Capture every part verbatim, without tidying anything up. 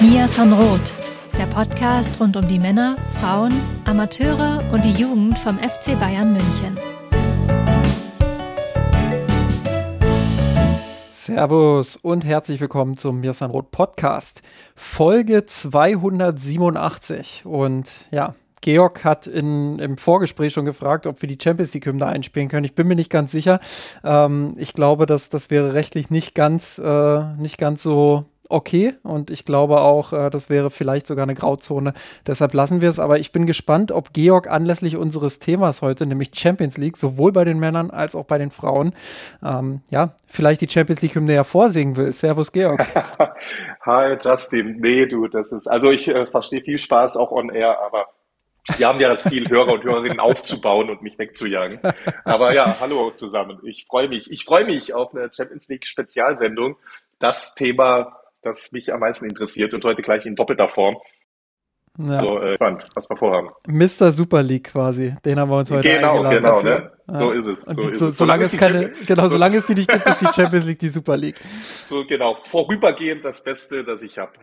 Mia Sanroth, der Podcast rund um die Männer, Frauen, Amateure und die Jugend vom F C Bayern München. Servus und herzlich willkommen zum Mia Sanroth Podcast, Folge zweihundertsiebenundachtzig. Und ja, Georg hat in, im Vorgespräch schon gefragt, ob wir die Champions League-Hymne einspielen können. Ich bin mir nicht ganz sicher. Ähm, ich glaube, dass das wäre rechtlich nicht ganz, äh, nicht ganz so okay. Und ich glaube auch, äh, das wäre vielleicht sogar eine Grauzone. Deshalb lassen wir es. Aber ich bin gespannt, ob Georg anlässlich unseres Themas heute, nämlich Champions League, sowohl bei den Männern als auch bei den Frauen, ähm, ja, vielleicht die Champions League-Hymne ja vorsingen will. Servus, Georg. Hi, Justin. Nee, du, das ist, also ich äh, verstehe viel Spaß auch on air, aber wir haben ja das Ziel, Hörer und Hörerinnen aufzubauen und mich wegzujagen. Aber ja, hallo zusammen. Ich freue mich. Ich freue mich auf eine Champions League Spezialsendung. Das Thema, das mich am meisten interessiert und heute gleich in doppelter Form. Ja. So, äh, spannend, was wir vorhaben. Mister Super League quasi, den haben wir uns heute genau, eingeladen. Genau, dafür. ne? Ja. So ist es. So und ist so, es. Solange es keine, genau, solange es die nicht gibt, ist die Champions League die Super League. So, genau, vorübergehend das Beste, das ich habe.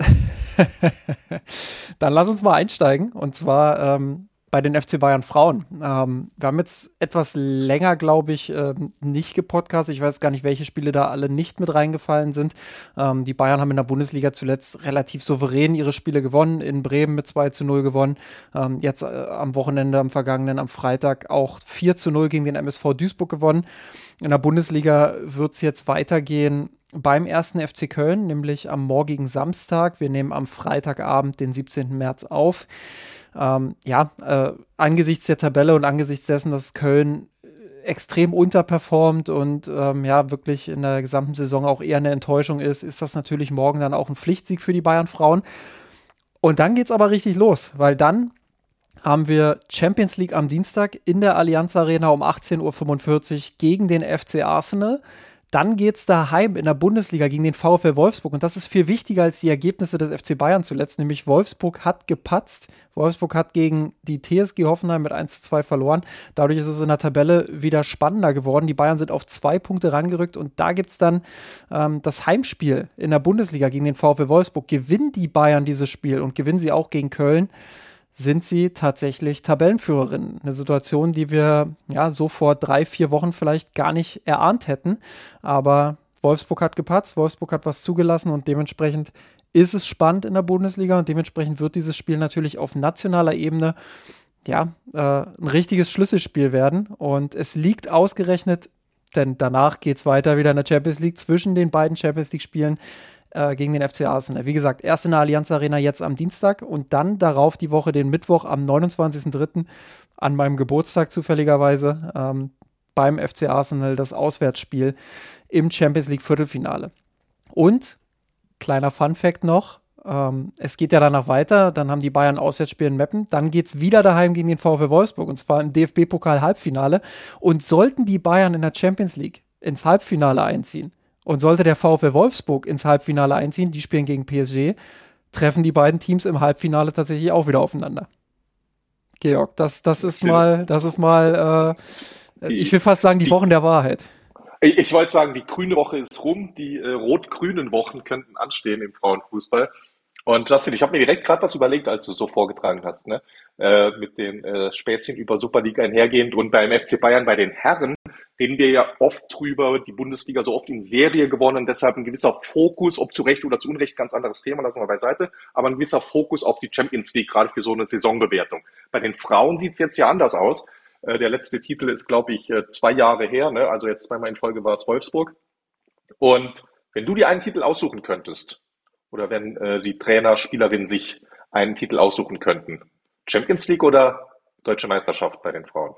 Dann lass uns mal einsteigen, und zwar ähm, bei den F C Bayern Frauen. Ähm, wir haben jetzt etwas länger, glaube ich, ähm, nicht gepodcastet. Ich weiß gar nicht, welche Spiele da alle nicht mit reingefallen sind. Ähm, die Bayern haben in der Bundesliga zuletzt relativ souverän ihre Spiele gewonnen. In Bremen mit zwei zu null gewonnen. Ähm, jetzt äh, am Wochenende, am vergangenen, am Freitag auch vier zu null gegen den M S V Duisburg gewonnen. In der Bundesliga wird es jetzt weitergehen beim ersten F C Köln, nämlich am morgigen Samstag. Wir nehmen am Freitagabend, den siebzehnten März auf. Ähm, ja, äh, angesichts der Tabelle und angesichts dessen, dass Köln extrem unterperformt und ähm, ja, wirklich in der gesamten Saison auch eher eine Enttäuschung ist, ist das natürlich morgen dann auch ein Pflichtsieg für die Bayern-Frauen. Und dann geht's aber richtig los, weil dann haben wir Champions League am Dienstag in der Allianz Arena um achtzehn Uhr fünfundvierzig gegen den F C Arsenal. Dann geht's daheim in der Bundesliga gegen den VfL Wolfsburg. Und das ist viel wichtiger als die Ergebnisse des F C Bayern zuletzt. Nämlich Wolfsburg hat gepatzt. Wolfsburg hat gegen die T S G Hoffenheim mit eins zu zwei verloren. Dadurch ist es in der Tabelle wieder spannender geworden. Die Bayern sind auf zwei Punkte rangerückt. Und da gibt's dann ähm, das Heimspiel in der Bundesliga gegen den VfL Wolfsburg. Gewinnen die Bayern dieses Spiel und gewinnen sie auch gegen Köln, sind sie tatsächlich Tabellenführerinnen. Eine Situation, die wir ja so vor drei, vier Wochen vielleicht gar nicht erahnt hätten. Aber Wolfsburg hat gepatzt, Wolfsburg hat was zugelassen und dementsprechend ist es spannend in der Bundesliga und dementsprechend wird dieses Spiel natürlich auf nationaler Ebene ja äh, ein richtiges Schlüsselspiel werden. Und es liegt ausgerechnet, denn danach geht es weiter wieder in der Champions League zwischen den beiden Champions League-Spielen gegen den F C Arsenal. Wie gesagt, erst in der Allianz Arena jetzt am Dienstag und dann darauf die Woche den Mittwoch am neunundzwanzigsten dritten an meinem Geburtstag zufälligerweise ähm, beim F C Arsenal das Auswärtsspiel im Champions League Viertelfinale. Und, kleiner Funfact noch, ähm, es geht ja danach weiter, dann haben die Bayern Auswärtsspiel in Meppen, dann geht es wieder daheim gegen den VfL Wolfsburg und zwar im D F B-Pokal Halbfinale und sollten die Bayern in der Champions League ins Halbfinale einziehen, und sollte der VfL Wolfsburg ins Halbfinale einziehen, die spielen gegen P S G, treffen die beiden Teams im Halbfinale tatsächlich auch wieder aufeinander. Georg, das, das ist mal, das ist mal, äh, die, ich will fast sagen, die, die Wochen der Wahrheit. Ich, ich wollte sagen, die grüne Woche ist rum, die äh, rot-grünen Wochen könnten anstehen im Frauenfußball. Und Justin, ich habe mir direkt gerade was überlegt, als du so vorgetragen hast, ne? Äh, mit den äh, Späßchen über Super League einhergehend. Und beim F C Bayern, bei den Herren, reden wir ja oft drüber, die Bundesliga so oft in Serie gewonnen, deshalb ein gewisser Fokus, ob zu Recht oder zu Unrecht, ganz anderes Thema, lassen wir beiseite, aber ein gewisser Fokus auf die Champions League, gerade für so eine Saisonbewertung. Bei den Frauen sieht es jetzt ja anders aus. Äh, der letzte Titel ist, glaube ich, äh, zwei Jahre her, ne? Also jetzt zweimal in Folge war es Wolfsburg. Und wenn du dir einen Titel aussuchen könntest, oder wenn äh, die Trainer, Spielerinnen sich einen Titel aussuchen könnten, Champions League oder Deutsche Meisterschaft bei den Frauen?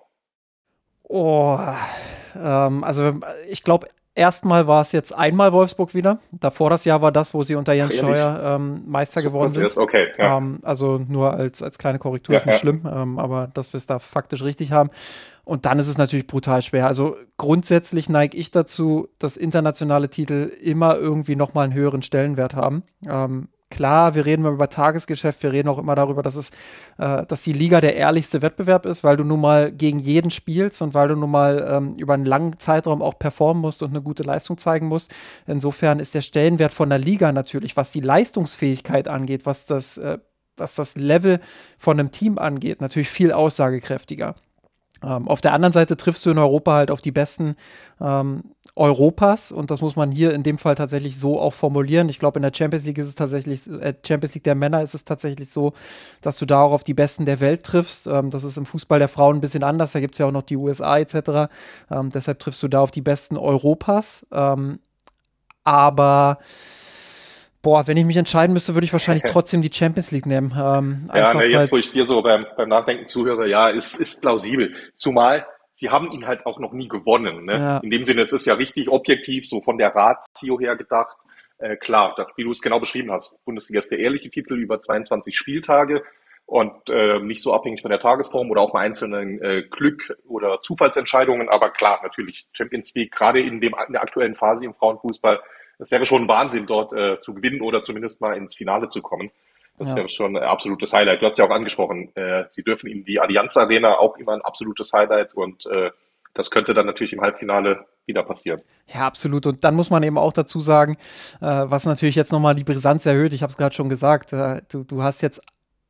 Oh, ähm, also ich glaube, erstmal war es jetzt einmal Wolfsburg wieder. Davor das Jahr war das, wo sie unter Jens Ach, Scheuer ähm, Meister so geworden sind. Erst. Okay, ja. ähm, also nur als, als kleine Korrektur, ja, ist nicht ja. schlimm, ähm, aber dass wir es da faktisch richtig haben. Und dann ist es natürlich brutal schwer. Also grundsätzlich neige ich dazu, dass internationale Titel immer irgendwie nochmal einen höheren Stellenwert haben. Ähm, Klar, wir reden mal über Tagesgeschäft, wir reden auch immer darüber, dass es, äh, dass die Liga der ehrlichste Wettbewerb ist, weil du nun mal gegen jeden spielst und weil du nun mal ähm, über einen langen Zeitraum auch performen musst und eine gute Leistung zeigen musst. Insofern ist der Stellenwert von der Liga natürlich, was die Leistungsfähigkeit angeht, was das, äh, was das Level von einem Team angeht, natürlich viel aussagekräftiger. Ähm, auf der anderen Seite triffst du in Europa halt auf die Besten ähm, Europas und das muss man hier in dem Fall tatsächlich so auch formulieren. Ich glaube, in der Champions League ist es tatsächlich, äh, Champions League der Männer ist es tatsächlich so, dass du da auch auf die Besten der Welt triffst. Ähm, das ist im Fußball der Frauen ein bisschen anders, da gibt es ja auch noch die U S A et cetera. Ähm, deshalb triffst du da auf die Besten Europas. Ähm, aber Boah, wenn ich mich entscheiden müsste, würde ich wahrscheinlich trotzdem die Champions League nehmen. Ähm, Ja, einfach ne, jetzt, wo weil's- ich dir so beim, beim Nachdenken zuhöre, ja, ist, ist plausibel. Zumal sie haben ihn halt auch noch nie gewonnen. Ne? Ja. In dem Sinne, es ist ja richtig objektiv, so von der Ratio her gedacht. Äh, klar, da, wie du es genau beschrieben hast, Bundesliga ist der ehrliche Titel über zweiundzwanzig Spieltage und äh, nicht so abhängig von der Tagesform oder auch mal einzelnen äh, Glück- oder Zufallsentscheidungen. Aber klar, natürlich, Champions League, gerade in, dem, in der aktuellen Phase im Frauenfußball, das wäre schon ein Wahnsinn, dort äh, zu gewinnen oder zumindest mal ins Finale zu kommen. Das Ja. wäre schon ein absolutes Highlight. Du hast ja auch angesprochen, äh, sie dürfen in die Allianz Arena, auch immer ein absolutes Highlight und äh, das könnte dann natürlich im Halbfinale wieder passieren. Ja, absolut. Und dann muss man eben auch dazu sagen, äh, was natürlich jetzt nochmal die Brisanz erhöht, ich habe es gerade schon gesagt, äh, du, du hast jetzt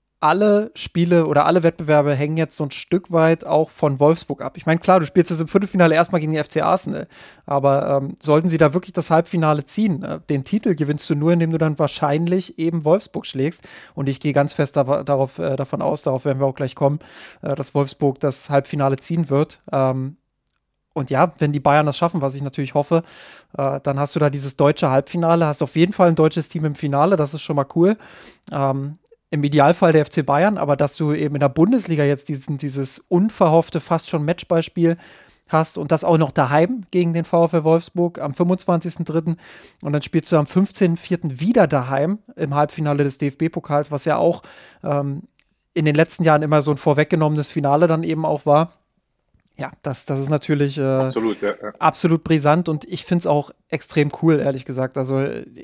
alle Spiele oder alle Wettbewerbe hängen jetzt so ein Stück weit auch von Wolfsburg ab. Ich meine, klar, du spielst jetzt im Viertelfinale erstmal gegen die F C Arsenal, aber ähm, sollten sie da wirklich das Halbfinale ziehen, äh, den Titel gewinnst du nur, indem du dann wahrscheinlich eben Wolfsburg schlägst. Und ich gehe ganz fest da, darauf, äh, davon aus, darauf werden wir auch gleich kommen, äh, dass Wolfsburg das Halbfinale ziehen wird. Ähm, Und ja, wenn die Bayern das schaffen, was ich natürlich hoffe, äh, dann hast du da dieses deutsche Halbfinale, hast auf jeden Fall ein deutsches Team im Finale, das ist schon mal cool. Ähm, Im Idealfall der F C Bayern, aber dass du eben in der Bundesliga jetzt diesen, dieses unverhoffte, fast schon Matchballspiel hast und das auch noch daheim gegen den VfL Wolfsburg am fünfundzwanzigsten dritten und dann spielst du am fünfzehnten vierten wieder daheim im Halbfinale des D F B-Pokals, was ja auch ähm, in den letzten Jahren immer so ein vorweggenommenes Finale dann eben auch war. Ja, das, das ist natürlich äh, Absolut, ja, ja. absolut brisant und ich finde es auch extrem cool, ehrlich gesagt. Also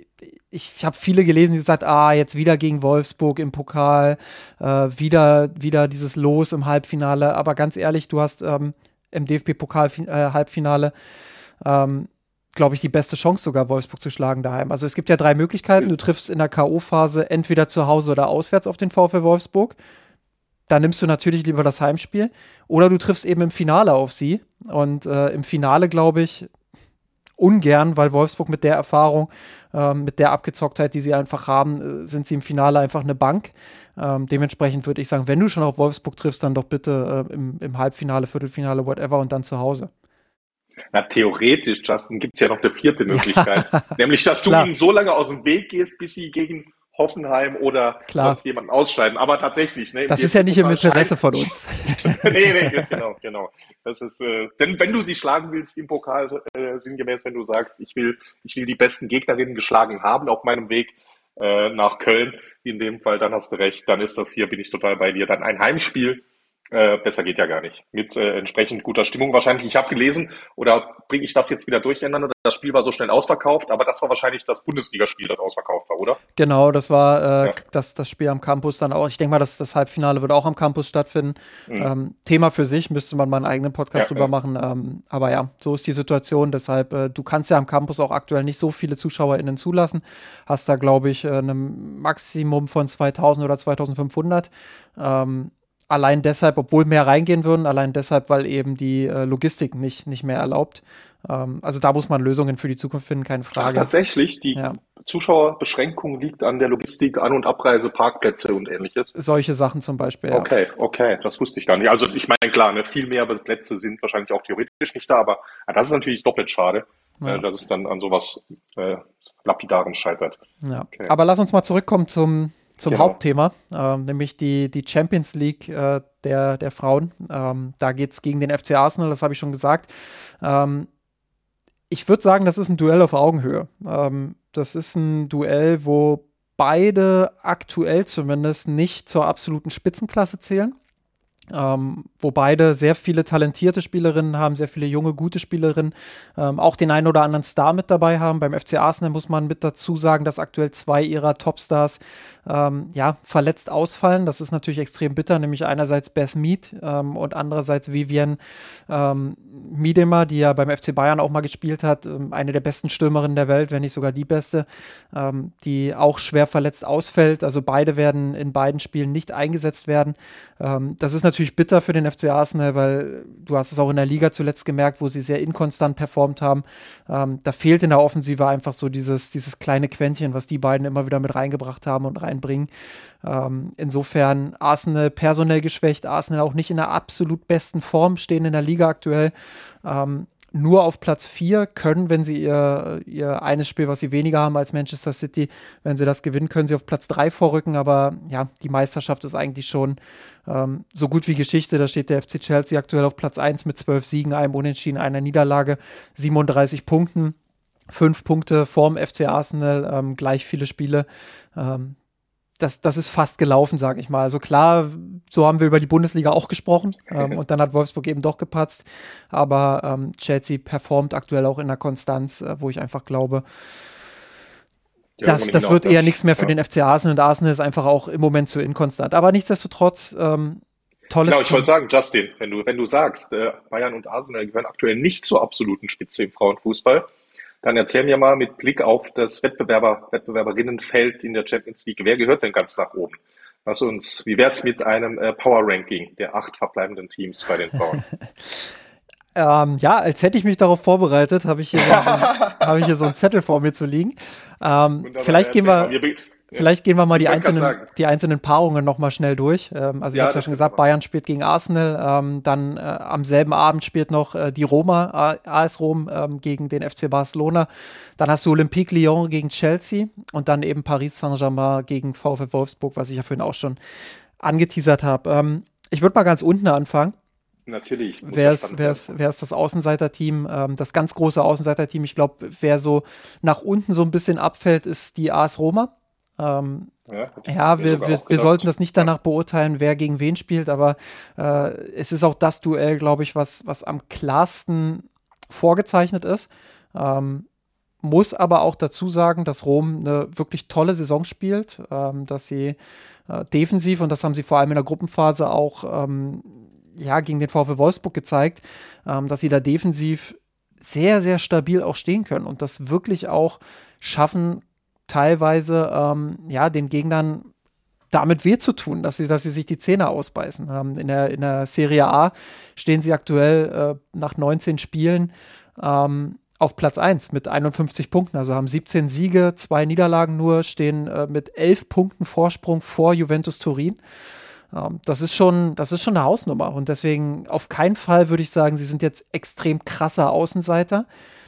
ich, ich habe viele gelesen, die gesagt, ah, jetzt wieder gegen Wolfsburg im Pokal, äh, wieder, wieder dieses Los im Halbfinale. Aber ganz ehrlich, du hast ähm, im D F B-Pokal-Halbfinale, ähm, glaube ich, die beste Chance sogar, Wolfsburg zu schlagen daheim. Also es gibt ja drei Möglichkeiten. Du triffst in der K O-Phase entweder zu Hause oder auswärts auf den VfL Wolfsburg. Da nimmst du natürlich lieber das Heimspiel. Oder du triffst eben im Finale auf sie. Und äh, im Finale, glaube ich, ungern, weil Wolfsburg mit der Erfahrung, äh, mit der Abgezocktheit, die sie einfach haben, äh, sind sie im Finale einfach eine Bank. Ähm, dementsprechend würde ich sagen, wenn du schon auf Wolfsburg triffst, dann doch bitte äh, im, im Halbfinale, Viertelfinale, whatever und dann zu Hause. Na, theoretisch, Justin, gibt es ja noch eine vierte Möglichkeit. Ja. Nämlich, dass du Klar. ihnen so lange aus dem Weg gehst, bis sie gegen Hoffenheim oder Klar. sonst jemanden ausscheiden. Aber tatsächlich, ne? im Das ist ja nicht im D F B-Pokal Interesse von uns. nee, nee, genau, genau. Das ist, äh, denn wenn du sie schlagen willst im Pokal, äh, sinngemäß, wenn du sagst, ich will, ich will die besten Gegnerinnen geschlagen haben auf meinem Weg äh, nach Köln, in dem Fall, dann hast du recht, dann ist das hier, bin ich total bei dir, dann ein Heimspiel. Äh, besser geht ja gar nicht. Mit äh, entsprechend guter Stimmung wahrscheinlich. Ich habe gelesen, oder bringe ich das jetzt wieder durcheinander? Das Spiel war so schnell ausverkauft, aber das war wahrscheinlich das Bundesligaspiel, das ausverkauft war, oder? Genau, das war äh, Ja. das, das Spiel am Campus dann auch. Ich denke mal, dass das Halbfinale wird auch am Campus stattfinden. Mhm. Ähm, Thema für sich, müsste man mal einen eigenen Podcast Ja, drüber ja. machen. Ähm, aber ja, so ist die Situation. Deshalb, äh, du kannst ja am Campus auch aktuell nicht so viele ZuschauerInnen zulassen. Hast da, glaube ich, äh, ein Maximum von zweitausend oder zweitausendfünfhundert. Ähm, Allein deshalb, obwohl mehr reingehen würden, allein deshalb, weil eben die äh, Logistik nicht, nicht mehr erlaubt. Ähm, also da muss man Lösungen für die Zukunft finden, keine Ach, Frage. tatsächlich, die Ja. Zuschauerbeschränkung liegt an der Logistik, An- und Abreise, Parkplätze und ähnliches. Solche Sachen zum Beispiel, ja. Okay, okay, das wusste ich gar nicht. Also ich meine, klar, ne, viel mehr Plätze sind wahrscheinlich auch theoretisch nicht da, aber ah, das ist natürlich doppelt schade, Ja. äh, dass es dann an sowas äh, Lapidarem scheitert. Ja. Okay. Aber lass uns mal zurückkommen zum, zum Genau. Hauptthema, ähm, nämlich die, die Champions League äh, der, der Frauen. Ähm, da geht es gegen den F C Arsenal, das habe ich schon gesagt. Ähm, ich würde sagen, das ist ein Duell auf Augenhöhe. Ähm, das ist ein Duell, wo beide aktuell zumindest nicht zur absoluten Spitzenklasse zählen. Ähm, wo beide sehr viele talentierte Spielerinnen haben, sehr viele junge, gute Spielerinnen, ähm, auch den einen oder anderen Star mit dabei haben. Beim F C Arsenal muss man mit dazu sagen, dass aktuell zwei ihrer Topstars ähm, ja, verletzt ausfallen. Das ist natürlich extrem bitter, nämlich einerseits Beth Mead ähm, und andererseits Vivienne ähm, Miedema, die ja beim F C Bayern auch mal gespielt hat, ähm, eine der besten Stürmerinnen der Welt, wenn nicht sogar die beste, ähm, die auch schwer verletzt ausfällt. Also beide werden in beiden Spielen nicht eingesetzt werden. Ähm, das ist natürlich bitter für den F C Arsenal, weil du hast es auch in der Liga zuletzt gemerkt, wo sie sehr inkonstant performt haben. Ähm, da fehlt in der Offensive einfach so dieses, dieses kleine Quäntchen, was die beiden immer wieder mit reingebracht haben und reinbringen. Ähm, insofern Arsenal personell geschwächt, Arsenal auch nicht in der absolut besten Form, stehen in der Liga aktuell. Ähm, nur auf Platz vier können, wenn sie ihr, ihr eines Spiel, was sie weniger haben als Manchester City, wenn sie das gewinnen, können sie auf Platz drei vorrücken, aber ja, die Meisterschaft ist eigentlich schon ähm, so gut wie Geschichte. Da steht der F C Chelsea aktuell auf Platz eins mit zwölf Siegen, einem Unentschieden, einer Niederlage, siebenunddreißig Punkten, fünf Punkte vorm F C Arsenal, ähm, gleich viele Spiele. Ähm, Das, das ist fast gelaufen, sage ich mal. Also klar, so haben wir über die Bundesliga auch gesprochen ähm, und dann hat Wolfsburg eben doch gepatzt. Aber ähm, Chelsea performt aktuell auch in der Konstanz, äh, wo ich einfach glaube, Ja, das, das wird eher nichts mehr für ja. den F C Arsenal und Arsenal ist einfach auch im Moment zu inkonstant. Aber nichtsdestotrotz, ähm, tolles Genau, ich Team. wollte sagen, Justin, wenn du, wenn du sagst, äh, Bayern und Arsenal gehören aktuell nicht zur absoluten Spitze im Frauenfußball, dann erzähl mir mal mit Blick auf das Wettbewerber, Wettbewerberinnenfeld in der Champions League, wer gehört denn ganz nach oben? Lass uns, wie wär's mit einem äh, Power-Ranking der acht verbleibenden Teams bei den Frauen? Ähm, ja, als hätte ich mich darauf vorbereitet, habe ich, hier so, so, hab ich hier so einen Zettel vor mir zu liegen. Ähm, Wunderbar, vielleicht gehen wir, erzähl mal. Wir be- vielleicht gehen wir mal Ich die wollte gerade einzelnen, sagen. die einzelnen Paarungen noch mal schnell durch. Ähm, also ich Ja, habe es ja das schon können gesagt, wir machen. Bayern spielt gegen Arsenal. Ähm, dann äh, am selben Abend spielt noch äh, die Roma, A- AS Rom ähm, gegen den F C Barcelona. Dann hast du Olympique Lyon gegen Chelsea und dann eben Paris Saint-Germain gegen VfL Wolfsburg, was ich ja vorhin auch schon angeteasert habe. Ähm, ich würde mal ganz unten anfangen. Natürlich. Muss Wer ja ist, spannend wer werden. ist, wer ist das Außenseiterteam? Ähm, das ganz große Außenseiterteam. Ich glaube, wer so nach unten so ein bisschen abfällt, ist die AS Roma. Ähm, Ja, hätte ich ja, mir wir, sogar wir, auch wir gedacht. sollten das nicht danach beurteilen, wer gegen wen spielt, aber äh, es ist auch das Duell, glaube ich, was, was am klarsten vorgezeichnet ist. Ähm, muss aber auch dazu sagen, dass Rom eine wirklich tolle Saison spielt, ähm, dass sie äh, defensiv, und das haben sie vor allem in der Gruppenphase auch ähm, ja, gegen den VfL Wolfsburg gezeigt, ähm, dass sie da defensiv sehr, sehr stabil auch stehen können und das wirklich auch schaffen, teilweise ähm, ja, den Gegnern damit weh zu tun, dass sie, dass sie sich die Zähne ausbeißen. Ähm, in der, in der Serie A stehen sie aktuell äh, nach neunzehn Spielen ähm, auf Platz eins mit einundfünfzig Punkten, also haben siebzehn Siege, zwei Niederlagen nur, stehen äh, mit elf Punkten Vorsprung vor Juventus Turin. Ähm, das ist schon, das ist schon eine Hausnummer und deswegen auf keinen Fall würde ich sagen, sie sind jetzt extrem krasser Außenseiter,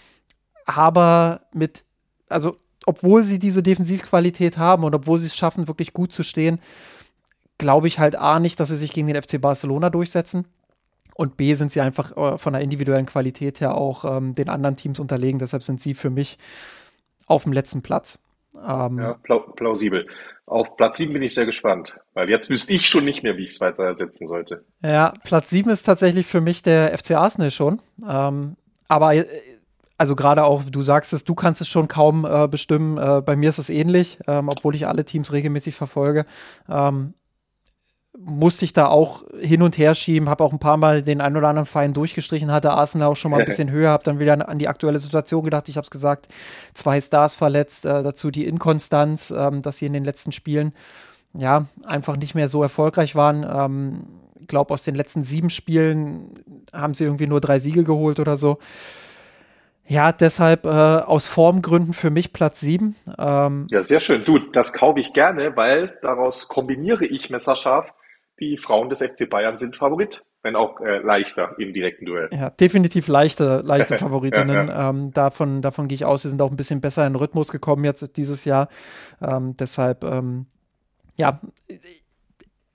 aber mit, also obwohl sie diese Defensivqualität haben und obwohl sie es schaffen, wirklich gut zu stehen, glaube ich halt A nicht, dass sie sich gegen den F C Barcelona durchsetzen. Und B sind sie einfach äh, von der individuellen Qualität her auch ähm, den anderen Teams unterlegen. Deshalb sind sie für mich auf dem letzten Platz. Ähm, Ja, plau plausibel. Auf Platz sieben bin ich sehr gespannt, weil jetzt wüsste ich schon nicht mehr, wie ich es weitersetzen sollte. ja, Platz sieben ist tatsächlich für mich der F C Arsenal schon. Ähm, aber äh, also gerade auch, du sagst es, du kannst es schon kaum äh, bestimmen. Äh, bei mir ist es ähnlich, ähm, obwohl ich alle Teams regelmäßig verfolge. Ähm, musste ich da auch hin und her schieben, habe auch ein paar Mal den ein oder anderen Verein durchgestrichen, hatte Arsenal auch schon mal ein bisschen höher, habe dann wieder an, an die aktuelle Situation gedacht. Ich habe es gesagt, zwei Stars verletzt, äh, dazu die Inkonstanz, ähm, dass sie in den letzten Spielen ja einfach nicht mehr so erfolgreich waren. Ähm, ich glaube, aus den letzten sieben Spielen haben sie irgendwie nur drei Siege geholt oder so. Ja, deshalb äh, aus Formgründen für mich Platz sieben. Ähm, Ja, sehr schön. Du, das kaufe ich gerne, weil daraus kombiniere ich messerscharf. Die Frauen des F C Bayern sind Favorit, wenn auch äh, leichter im direkten Duell. Ja, definitiv leichte, leichte Favoritinnen. Ja, ja. Ähm, davon, davon gehe ich aus, sie sind auch ein bisschen besser in den Rhythmus gekommen jetzt dieses Jahr. Ähm, deshalb, ähm, ja,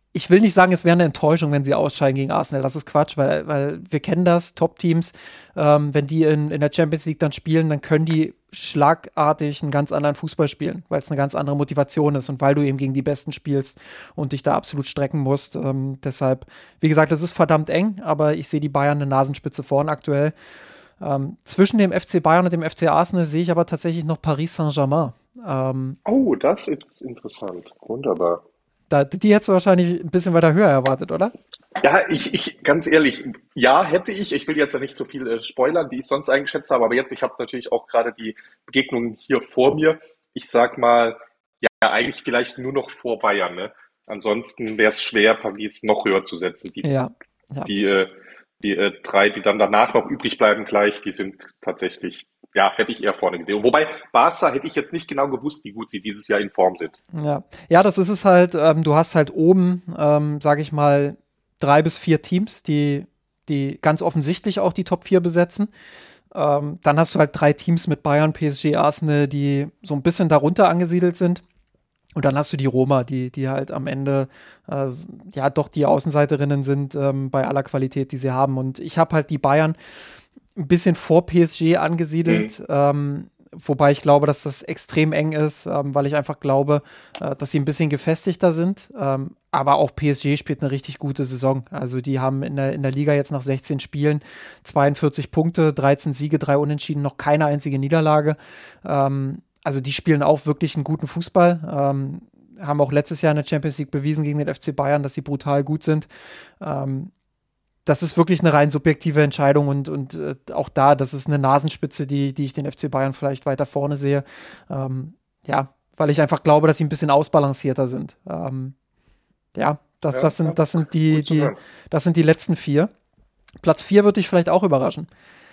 ich will nicht sagen, es wäre eine Enttäuschung, wenn sie ausscheiden gegen Arsenal. Das ist Quatsch, weil, weil wir kennen das, Top-Teams, ähm, wenn die in, in der Champions League dann spielen, dann können die schlagartig einen ganz anderen Fußball spielen, weil es eine ganz andere Motivation ist und weil du eben gegen die Besten spielst und dich da absolut strecken musst. Ähm, deshalb, wie gesagt, das ist verdammt eng, aber ich sehe die Bayern eine Nasenspitze vorn aktuell. Ähm, zwischen dem F C Bayern und dem F C Arsenal sehe ich aber tatsächlich noch Paris Saint-Germain. Ähm, Oh, das ist interessant. Wunderbar. da, die hättest du wahrscheinlich ein bisschen weiter höher erwartet, oder? Ja, ich, ich, ganz ehrlich, ja, hätte ich. Ich will jetzt ja nicht so viel äh, spoilern, wie ich sonst eingeschätzt habe, aber jetzt, ich habe natürlich auch gerade die Begegnungen hier vor mir. Ich sag mal, ja, eigentlich vielleicht nur noch vor Bayern, ne? Ansonsten wäre es schwer, Paris noch höher zu setzen. Die, Ja, ja. die, äh, die äh, drei, die dann danach noch übrig bleiben gleich, die sind tatsächlich, ja, hätte ich eher vorne gesehen. Wobei, Barca hätte ich jetzt nicht genau gewusst, wie gut sie dieses Jahr in Form sind. Ja, ja, das ist es halt. Ähm, du hast halt oben, ähm, sage ich mal, drei bis vier Teams, die, die ganz offensichtlich auch die Top vier besetzen. Ähm, dann hast du halt drei Teams mit Bayern, P S G, Arsenal, die so ein bisschen darunter angesiedelt sind. Und dann hast du die Roma, die, die halt am Ende äh, ja doch die Außenseiterinnen sind ähm, bei aller Qualität, die sie haben. Und ich habe halt die Bayern ein bisschen vor P S G angesiedelt, Mhm. ähm, wobei ich glaube, dass das extrem eng ist, ähm, weil ich einfach glaube, äh, dass sie ein bisschen gefestigter sind. Ähm, aber auch P S G spielt eine richtig gute Saison. Also die haben in der, in der Liga jetzt nach sechzehn Spielen zweiundvierzig Punkte, dreizehn Siege, drei Unentschieden, noch keine einzige Niederlage. Ähm, also die spielen auch wirklich einen guten Fußball. Ähm, haben auch letztes Jahr in der Champions League bewiesen gegen den F C Bayern, dass sie brutal gut sind. Ähm, das ist wirklich eine rein subjektive Entscheidung und, und äh, auch da, das ist eine Nasenspitze, die, die ich den F C Bayern vielleicht weiter vorne sehe. Ähm, ja, weil ich einfach glaube, dass sie ein bisschen ausbalancierter sind. Ähm, ja, das, Ja, das ja, sind, das sind die, gut zu die, hören. das sind die letzten vier. Platz vier würde ich vielleicht auch überraschen,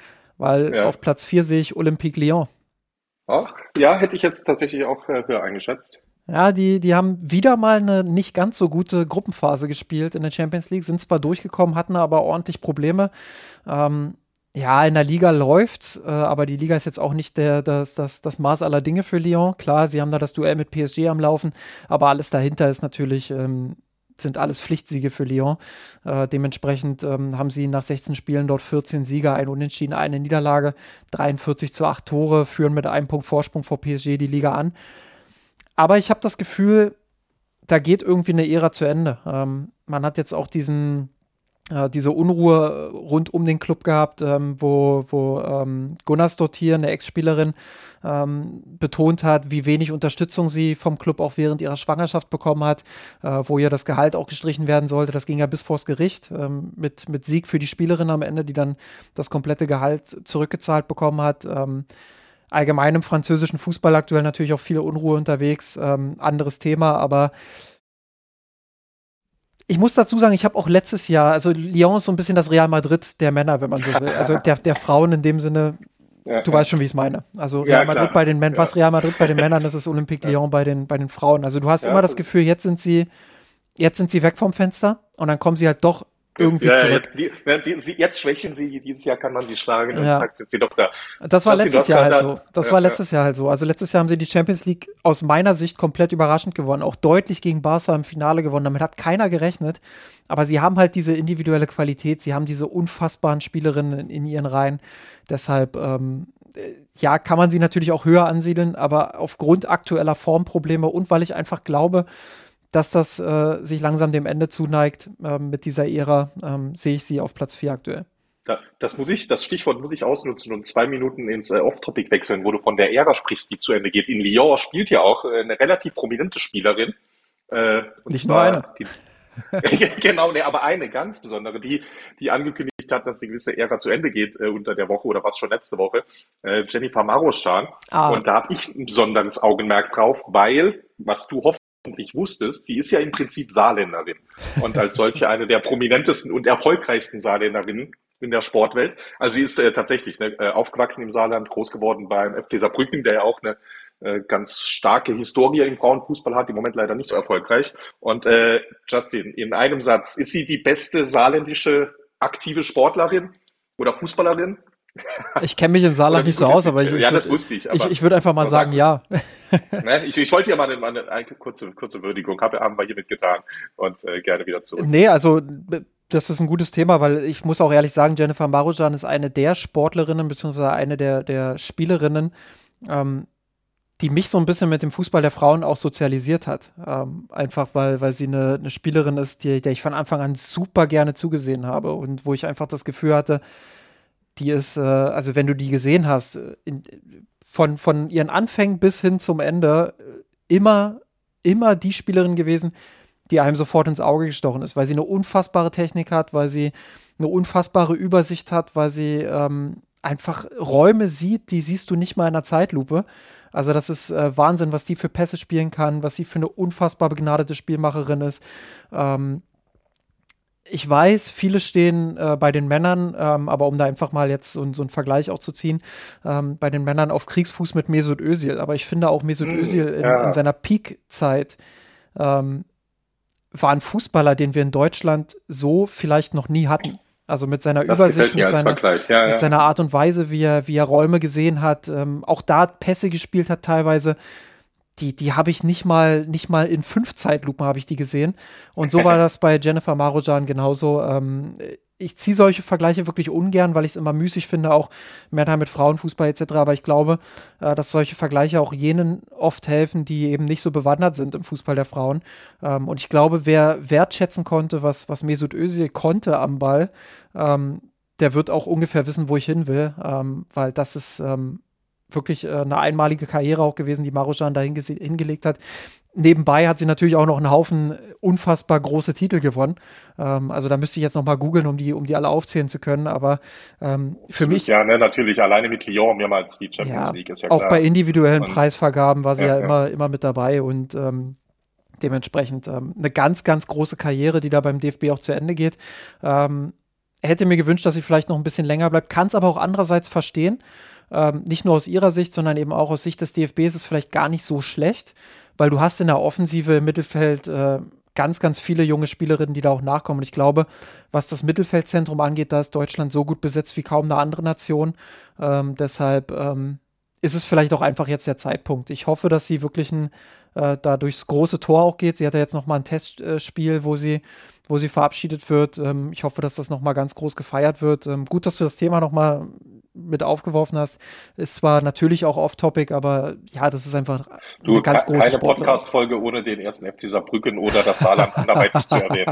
weil Ja. auf Platz vier sehe ich Olympique Lyon. Ach, ja, hätte ich jetzt tatsächlich auch äh, höher eingeschätzt. Ja, die, die haben wieder mal eine nicht ganz so gute Gruppenphase gespielt in der Champions League, sind zwar durchgekommen, hatten aber ordentlich Probleme. Ähm, ja, in der Liga läuft's, äh, aber die Liga ist jetzt auch nicht der, das, das, das Maß aller Dinge für Lyon. Klar, sie haben da das Duell mit P S G am Laufen, aber alles dahinter ist natürlich, ähm, sind alles Pflichtsiege für Lyon. Äh, dementsprechend ähm, haben sie nach sechzehn Spielen dort vierzehn Siege, ein Unentschieden, eine Niederlage, dreiundvierzig zu acht Tore, führen mit einem Punkt Vorsprung vor P S G die Liga an. Aber ich habe das Gefühl, da geht irgendwie eine Ära zu Ende. Ähm, man hat jetzt auch diesen, äh, diese Unruhe rund um den Club gehabt, ähm, wo, wo ähm, Gunnarsdottir, eine Ex-Spielerin, ähm, betont hat, wie wenig Unterstützung sie vom Club auch während ihrer Schwangerschaft bekommen hat, äh, wo ihr das Gehalt auch gestrichen werden sollte. Das ging ja bis vors Gericht ähm, mit, mit Sieg für die Spielerin am Ende, die dann das komplette Gehalt zurückgezahlt bekommen hat. Ähm, Allgemein im französischen Fußball aktuell natürlich auch viel Unruhe unterwegs, ähm, anderes Thema, aber ich muss dazu sagen, ich habe auch letztes Jahr, also Lyon ist so ein bisschen das Real Madrid der Männer, wenn man so will, also der, der Frauen in dem Sinne, Ja, du ja. weißt schon, wie ich es meine. Also Ja, Real Madrid klar. bei den Männern, Ja. was Real Madrid bei den Männern ist, ist Olympique Lyon bei den, bei den Frauen. Also du hast Ja, immer das das- Gefühl, jetzt sind sie, jetzt sind sie weg vom Fenster und dann kommen sie halt doch irgendwie ja, ja, zurück. jetzt, die, ja, die, sie, jetzt schwächen sie, dieses Jahr kann man sie schlagen und Ja. zack, sind sie doch da. Das war Justin, letztes du Jahr hast halt gerade- so. Das ja, war ja. letztes Jahr halt so. Also letztes Jahr haben sie die Champions League aus meiner Sicht komplett überraschend gewonnen. Auch deutlich gegen Barca im Finale gewonnen. Damit hat keiner gerechnet. Aber sie haben halt diese individuelle Qualität. Sie haben diese unfassbaren Spielerinnen in, in ihren Reihen. Deshalb, ähm, äh, ja, kann man sie natürlich auch höher ansiedeln. Aber aufgrund aktueller Formprobleme und weil ich einfach glaube, dass das äh, sich langsam dem Ende zuneigt ähm, mit dieser Ära, ähm, sehe ich sie auf Platz vier aktuell. Da, das muss ich, das Stichwort muss ich ausnutzen und zwei Minuten ins äh, Off-Topic wechseln, wo du von der Ära sprichst, die zu Ende geht. In Lyon spielt ja auch äh, eine relativ prominente Spielerin. Äh, und Nicht nur zwar eine. Die, genau, nee, aber eine ganz besondere, die, die angekündigt hat, dass die gewisse Ära zu Ende geht äh, unter der Woche oder was schon letzte Woche. Äh, Jennifer Maroschan. Ah. Und da habe ich ein besonderes Augenmerk drauf, weil, was du hoffentlich wusstest, sie ist ja im Prinzip Saarländerin und als solche eine der prominentesten und erfolgreichsten Saarländerinnen in der Sportwelt. Also sie ist äh, tatsächlich ne, äh, aufgewachsen im Saarland, groß geworden beim F C Saarbrücken, der ja auch eine äh, ganz starke Historie im Frauenfußball hat, im Moment leider nicht so erfolgreich. Und äh, Justin, in einem Satz, ist sie die beste saarländische aktive Sportlerin oder Fußballerin? Ich kenne mich im Saarland nicht so aus, aber ich, ich, ja, würd, das wusste ich. ich, ich würde einfach mal sagen, sagen, ja. Ne, ich, ich wollte ja mal eine, eine, eine kurze, kurze Würdigung, habe, haben wir hiermit getan und äh, gerne wieder zurück. Nee, also das ist ein gutes Thema, weil ich muss auch ehrlich sagen, Jennifer Marujan ist eine der Sportlerinnen, beziehungsweise eine der, der Spielerinnen, ähm, die mich so ein bisschen mit dem Fußball der Frauen auch sozialisiert hat. Ähm, einfach, weil, weil sie eine, eine Spielerin ist, die, der ich von Anfang an super gerne zugesehen habe und wo ich einfach das Gefühl hatte, die ist, äh, also wenn du die gesehen hast, in, von, von ihren Anfängen bis hin zum Ende, immer, immer die Spielerin gewesen, die einem sofort ins Auge gestochen ist, weil sie eine unfassbare Technik hat, weil sie eine unfassbare Übersicht hat, weil sie ähm, einfach Räume sieht, die siehst du nicht mal in einer Zeitlupe. Also das ist äh, Wahnsinn, was die für Pässe spielen kann, was sie für eine unfassbar begnadete Spielmacherin ist. Ähm, ich weiß, viele stehen äh, bei den Männern, ähm, aber um da einfach mal jetzt so, so einen Vergleich auch zu ziehen, ähm, bei den Männern auf Kriegsfuß mit Mesut Özil. Aber ich finde auch Mesut mm, Özil in, ja. in seiner Peak-Zeit ähm, war ein Fußballer, den wir in Deutschland so vielleicht noch nie hatten. Also mit seiner das Übersicht, mit seiner, ja, ja. mit seiner Art und Weise, wie er, wie er Räume gesehen hat, ähm, auch da Pässe gespielt hat teilweise, die, die habe ich nicht mal, nicht mal in fünf Zeitlupen habe ich die gesehen. Und so war das bei Jennifer Marujan genauso. Ähm, ich ziehe solche Vergleiche wirklich ungern, weil ich es immer müßig finde, auch Männer mit Frauenfußball et cetera. Aber ich glaube, äh, dass solche Vergleiche auch jenen oft helfen, die eben nicht so bewandert sind im Fußball der Frauen. Ähm, und ich glaube, wer wertschätzen konnte, was, was Mesut Özil konnte am Ball, ähm, der wird auch ungefähr wissen, wo ich hin will, ähm, weil das ist ähm, wirklich äh, eine einmalige Karriere auch gewesen, die Marujan da hinge- hingelegt hat. Nebenbei hat sie natürlich auch noch einen Haufen unfassbar große Titel gewonnen. Ähm, also da müsste ich jetzt noch mal googeln, um die, um die alle aufzählen zu können. Aber ähm, für mich... Ja, ne, natürlich. Alleine mit Lyon mehrmals die Champions ja, League ist ja auch klar. Auch bei individuellen und, Preisvergaben war sie ja, ja, ja immer, immer mit dabei. Und ähm, dementsprechend ähm, eine ganz, ganz große Karriere, die da beim D F B auch zu Ende geht. Ähm, hätte mir gewünscht, dass sie vielleicht noch ein bisschen länger bleibt. Kann es aber auch andererseits verstehen. Ähm, nicht nur aus ihrer Sicht, sondern eben auch aus Sicht des D F B ist es vielleicht gar nicht so schlecht, weil du hast in der Offensive im Mittelfeld äh, ganz, ganz viele junge Spielerinnen, die da auch nachkommen. Und ich glaube, was das Mittelfeldzentrum angeht, da ist Deutschland so gut besetzt wie kaum eine andere Nation. Ähm, deshalb ähm, ist es vielleicht auch einfach jetzt der Zeitpunkt. Ich hoffe, dass sie wirklich ein, äh, da durchs große Tor auch geht. Sie hat ja jetzt noch mal ein Testspiel, wo sie wo sie verabschiedet wird. Ähm, ich hoffe, dass das noch mal ganz groß gefeiert wird. Ähm, gut, dass du das Thema noch mal mit aufgeworfen hast. Ist zwar natürlich auch off-topic, aber ja, das ist einfach eine du, ganz große keine Sportlerin. Podcast-Folge ohne den ersten F C Saarbrücken oder das Saarland anderweitig zu erwähnen.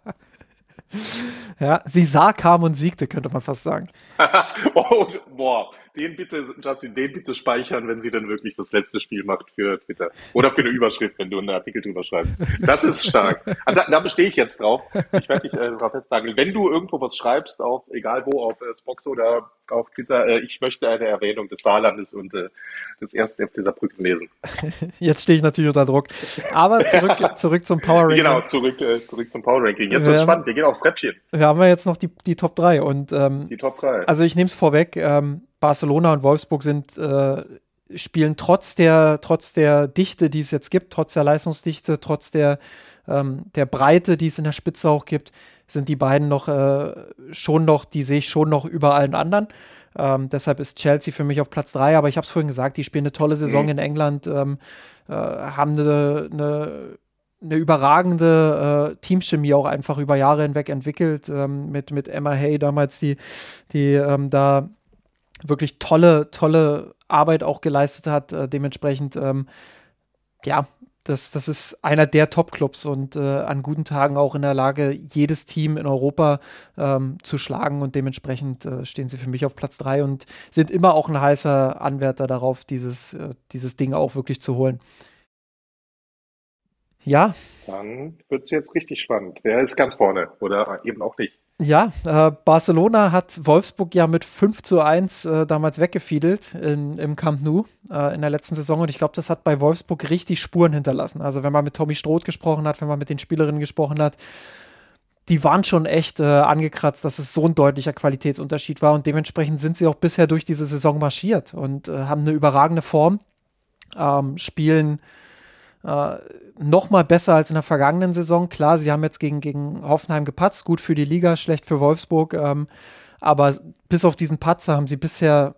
Ja, sie sah, kam und siegte, könnte man fast sagen. Oh, boah, den bitte, Justin, den bitte speichern, wenn sie dann wirklich das letzte Spiel macht für Twitter. Oder für eine Überschrift, wenn du einen Artikel drüber schreibst. Das ist stark. Also, da, da bestehe ich jetzt drauf. Ich werde dich äh, drauf festnageln. Wenn du irgendwo was schreibst, auf egal wo, auf äh, Spox oder auf Twitter, äh, ich möchte eine Erwähnung des Saarlandes und äh, des ersten F C Saarbrücken lesen. Jetzt stehe ich natürlich unter Druck. Aber zurück, zurück zum Power Ranking. Genau, zurück, äh, zurück zum Power Ranking. Jetzt wird es spannend. Wir gehen aufs Treppchen. Wir haben ja jetzt noch die, die Top drei. Und, ähm, die Top drei. Also ich nehme es vorweg, ähm, Barcelona und Wolfsburg sind äh, spielen trotz der, trotz der Dichte, die es jetzt gibt, trotz der Leistungsdichte, trotz der, ähm, der Breite, die es in der Spitze auch gibt, sind die beiden noch äh, schon noch, die sehe ich schon noch über allen anderen. Ähm, deshalb ist Chelsea für mich auf Platz drei, aber ich habe es vorhin gesagt, die spielen eine tolle Saison mhm. in England, ähm, äh, haben eine, eine, eine überragende äh, Teamchemie auch einfach über Jahre hinweg entwickelt, ähm, mit, mit Emma Hay damals, die, die ähm, da wirklich tolle, tolle Arbeit auch geleistet hat. Äh, dementsprechend, ähm, ja, das, das ist einer der Top-Clubs und äh, an guten Tagen auch in der Lage, jedes Team in Europa ähm, zu schlagen und dementsprechend äh, stehen sie für mich auf Platz drei und sind immer auch ein heißer Anwärter darauf, dieses, äh, dieses Ding auch wirklich zu holen. Ja. Dann wird es jetzt richtig spannend. Wer ist ganz vorne oder eben auch nicht? Ja, äh, Barcelona hat Wolfsburg ja mit fünf zu eins äh, damals weggefiedelt in, im Camp Nou äh, in der letzten Saison und ich glaube, das hat bei Wolfsburg richtig Spuren hinterlassen. Also wenn man mit Tommy Stroth gesprochen hat, wenn man mit den Spielerinnen gesprochen hat, die waren schon echt äh, angekratzt, dass es so ein deutlicher Qualitätsunterschied war und dementsprechend sind sie auch bisher durch diese Saison marschiert und äh, haben eine überragende Form, ähm, spielen Uh, noch mal besser als in der vergangenen Saison. Klar, sie haben jetzt gegen, gegen Hoffenheim gepatzt, gut für die Liga, schlecht für Wolfsburg, ähm, aber bis auf diesen Patzer haben sie bisher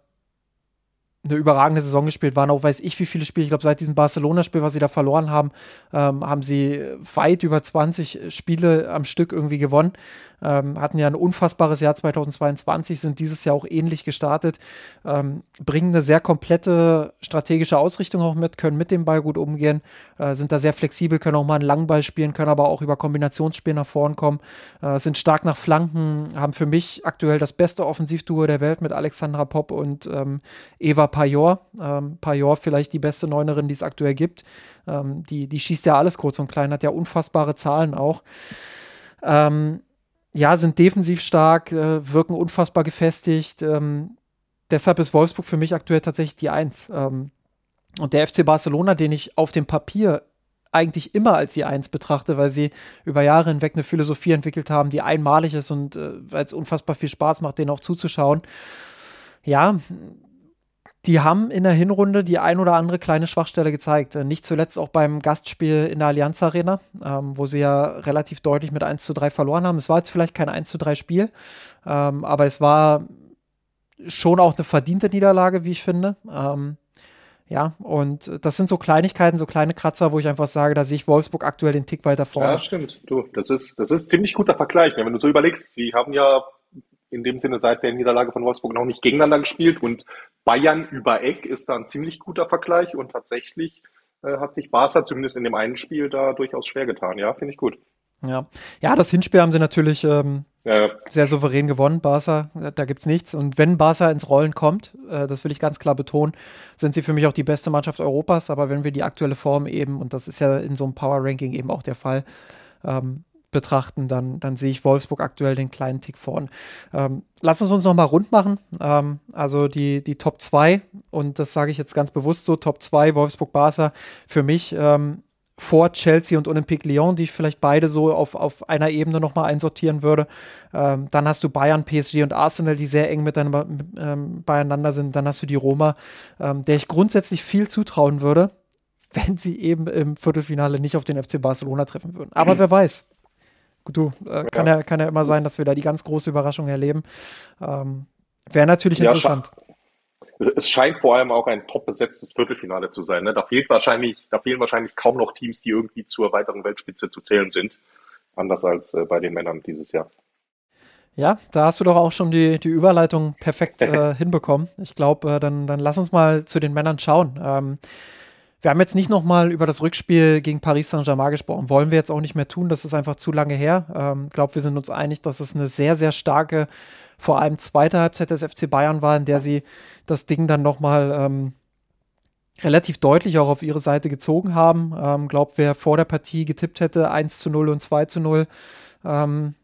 eine überragende Saison gespielt, waren auch weiß ich wie viele Spiele, ich glaube seit diesem Barcelona-Spiel, was sie da verloren haben, ähm, haben sie weit über zwanzig Spiele am Stück irgendwie gewonnen, ähm, hatten ja ein unfassbares Jahr zweitausendzweiundzwanzig, sind dieses Jahr auch ähnlich gestartet, ähm, bringen eine sehr komplette strategische Ausrichtung auch mit, können mit dem Ball gut umgehen, äh, sind da sehr flexibel, können auch mal einen langen Ball spielen, können aber auch über Kombinationsspiel nach vorn kommen, äh, sind stark nach Flanken, haben für mich aktuell das beste Offensivduo der Welt mit Alexandra Popp und ähm, Eva Pajor. Ähm, Pajor vielleicht die beste Neunerin, die es aktuell gibt. Ähm, die, die schießt ja alles kurz und klein, hat ja unfassbare Zahlen auch. Ähm, ja, sind defensiv stark, äh, wirken unfassbar gefestigt. Ähm, deshalb ist Wolfsburg für mich aktuell tatsächlich die Eins. Ähm, und der F C Barcelona, den ich auf dem Papier eigentlich immer als die Eins betrachte, weil sie über Jahre hinweg eine Philosophie entwickelt haben, die einmalig ist und äh, weil es unfassbar viel Spaß macht, denen auch zuzuschauen. Ja, die haben in der Hinrunde die ein oder andere kleine Schwachstelle gezeigt. Nicht zuletzt auch beim Gastspiel in der Allianz Arena, ähm, wo sie ja relativ deutlich mit eins zu drei verloren haben. Es war jetzt vielleicht kein eins zu drei Spiel, ähm, aber es war schon auch eine verdiente Niederlage, wie ich finde. Ähm, ja, und das sind so Kleinigkeiten, so kleine Kratzer, wo ich einfach sage, da sehe ich Wolfsburg aktuell den Tick weiter vorne. Ja, stimmt. Du, das ist, das ist ziemlich guter Vergleich. Wenn du so überlegst, die haben ja in dem Sinne seit der Niederlage von Wolfsburg noch nicht gegeneinander gespielt und Bayern über Eck ist da ein ziemlich guter Vergleich und tatsächlich äh, hat sich Barca zumindest in dem einen Spiel da durchaus schwer getan. Ja, finde ich gut. Ja. ja, das Hinspiel haben sie natürlich ähm, ja. sehr souverän gewonnen, Barca, da gibt's nichts. Und wenn Barca ins Rollen kommt, äh, das will ich ganz klar betonen, sind sie für mich auch die beste Mannschaft Europas, aber wenn wir die aktuelle Form eben, und das ist ja in so einem Power-Ranking eben auch der Fall, ähm, betrachten, dann, dann sehe ich Wolfsburg aktuell den kleinen Tick vorn. Ähm, lass uns uns nochmal rund machen. Ähm, also die, die Top zwei, und das sage ich jetzt ganz bewusst so, Top zwei, Wolfsburg-Barca, für mich ähm, vor Chelsea und Olympique Lyon, die ich vielleicht beide so auf, auf einer Ebene nochmal einsortieren würde. Ähm, dann hast du Bayern, P S G und Arsenal, die sehr eng miteinander, ähm, beieinander sind. Dann hast du die Roma, ähm, der ich grundsätzlich viel zutrauen würde, wenn sie eben im Viertelfinale nicht auf den F C Barcelona treffen würden. Aber mhm. wer weiß. Du, äh, kann, ja. Ja, kann ja immer sein, dass wir da die ganz große Überraschung erleben. Ähm, Wäre natürlich ja, interessant. Es scheint vor allem auch ein top besetztes Viertelfinale zu sein. Ne? Da fehlt wahrscheinlich, da fehlen wahrscheinlich kaum noch Teams, die irgendwie zur weiteren Weltspitze zu zählen sind. Anders als äh, bei den Männern dieses Jahr. Ja, da hast du doch auch schon die, die Überleitung perfekt äh, hinbekommen. Ich glaube, äh, dann, dann lass uns mal zu den Männern schauen. Ähm, Wir haben jetzt nicht nochmal über das Rückspiel gegen Paris Saint-Germain gesprochen. Wollen wir jetzt auch nicht mehr tun. Das ist einfach zu lange her. Ich ähm, glaube, wir sind uns einig, dass es eine sehr, sehr starke, vor allem zweite Halbzeit des F C Bayern war, in der sie das Ding dann nochmal ähm, relativ deutlich auch auf ihre Seite gezogen haben. Ich ähm, glaube, wer vor der Partie getippt hätte, eins zu null und zwei zu null, ähm,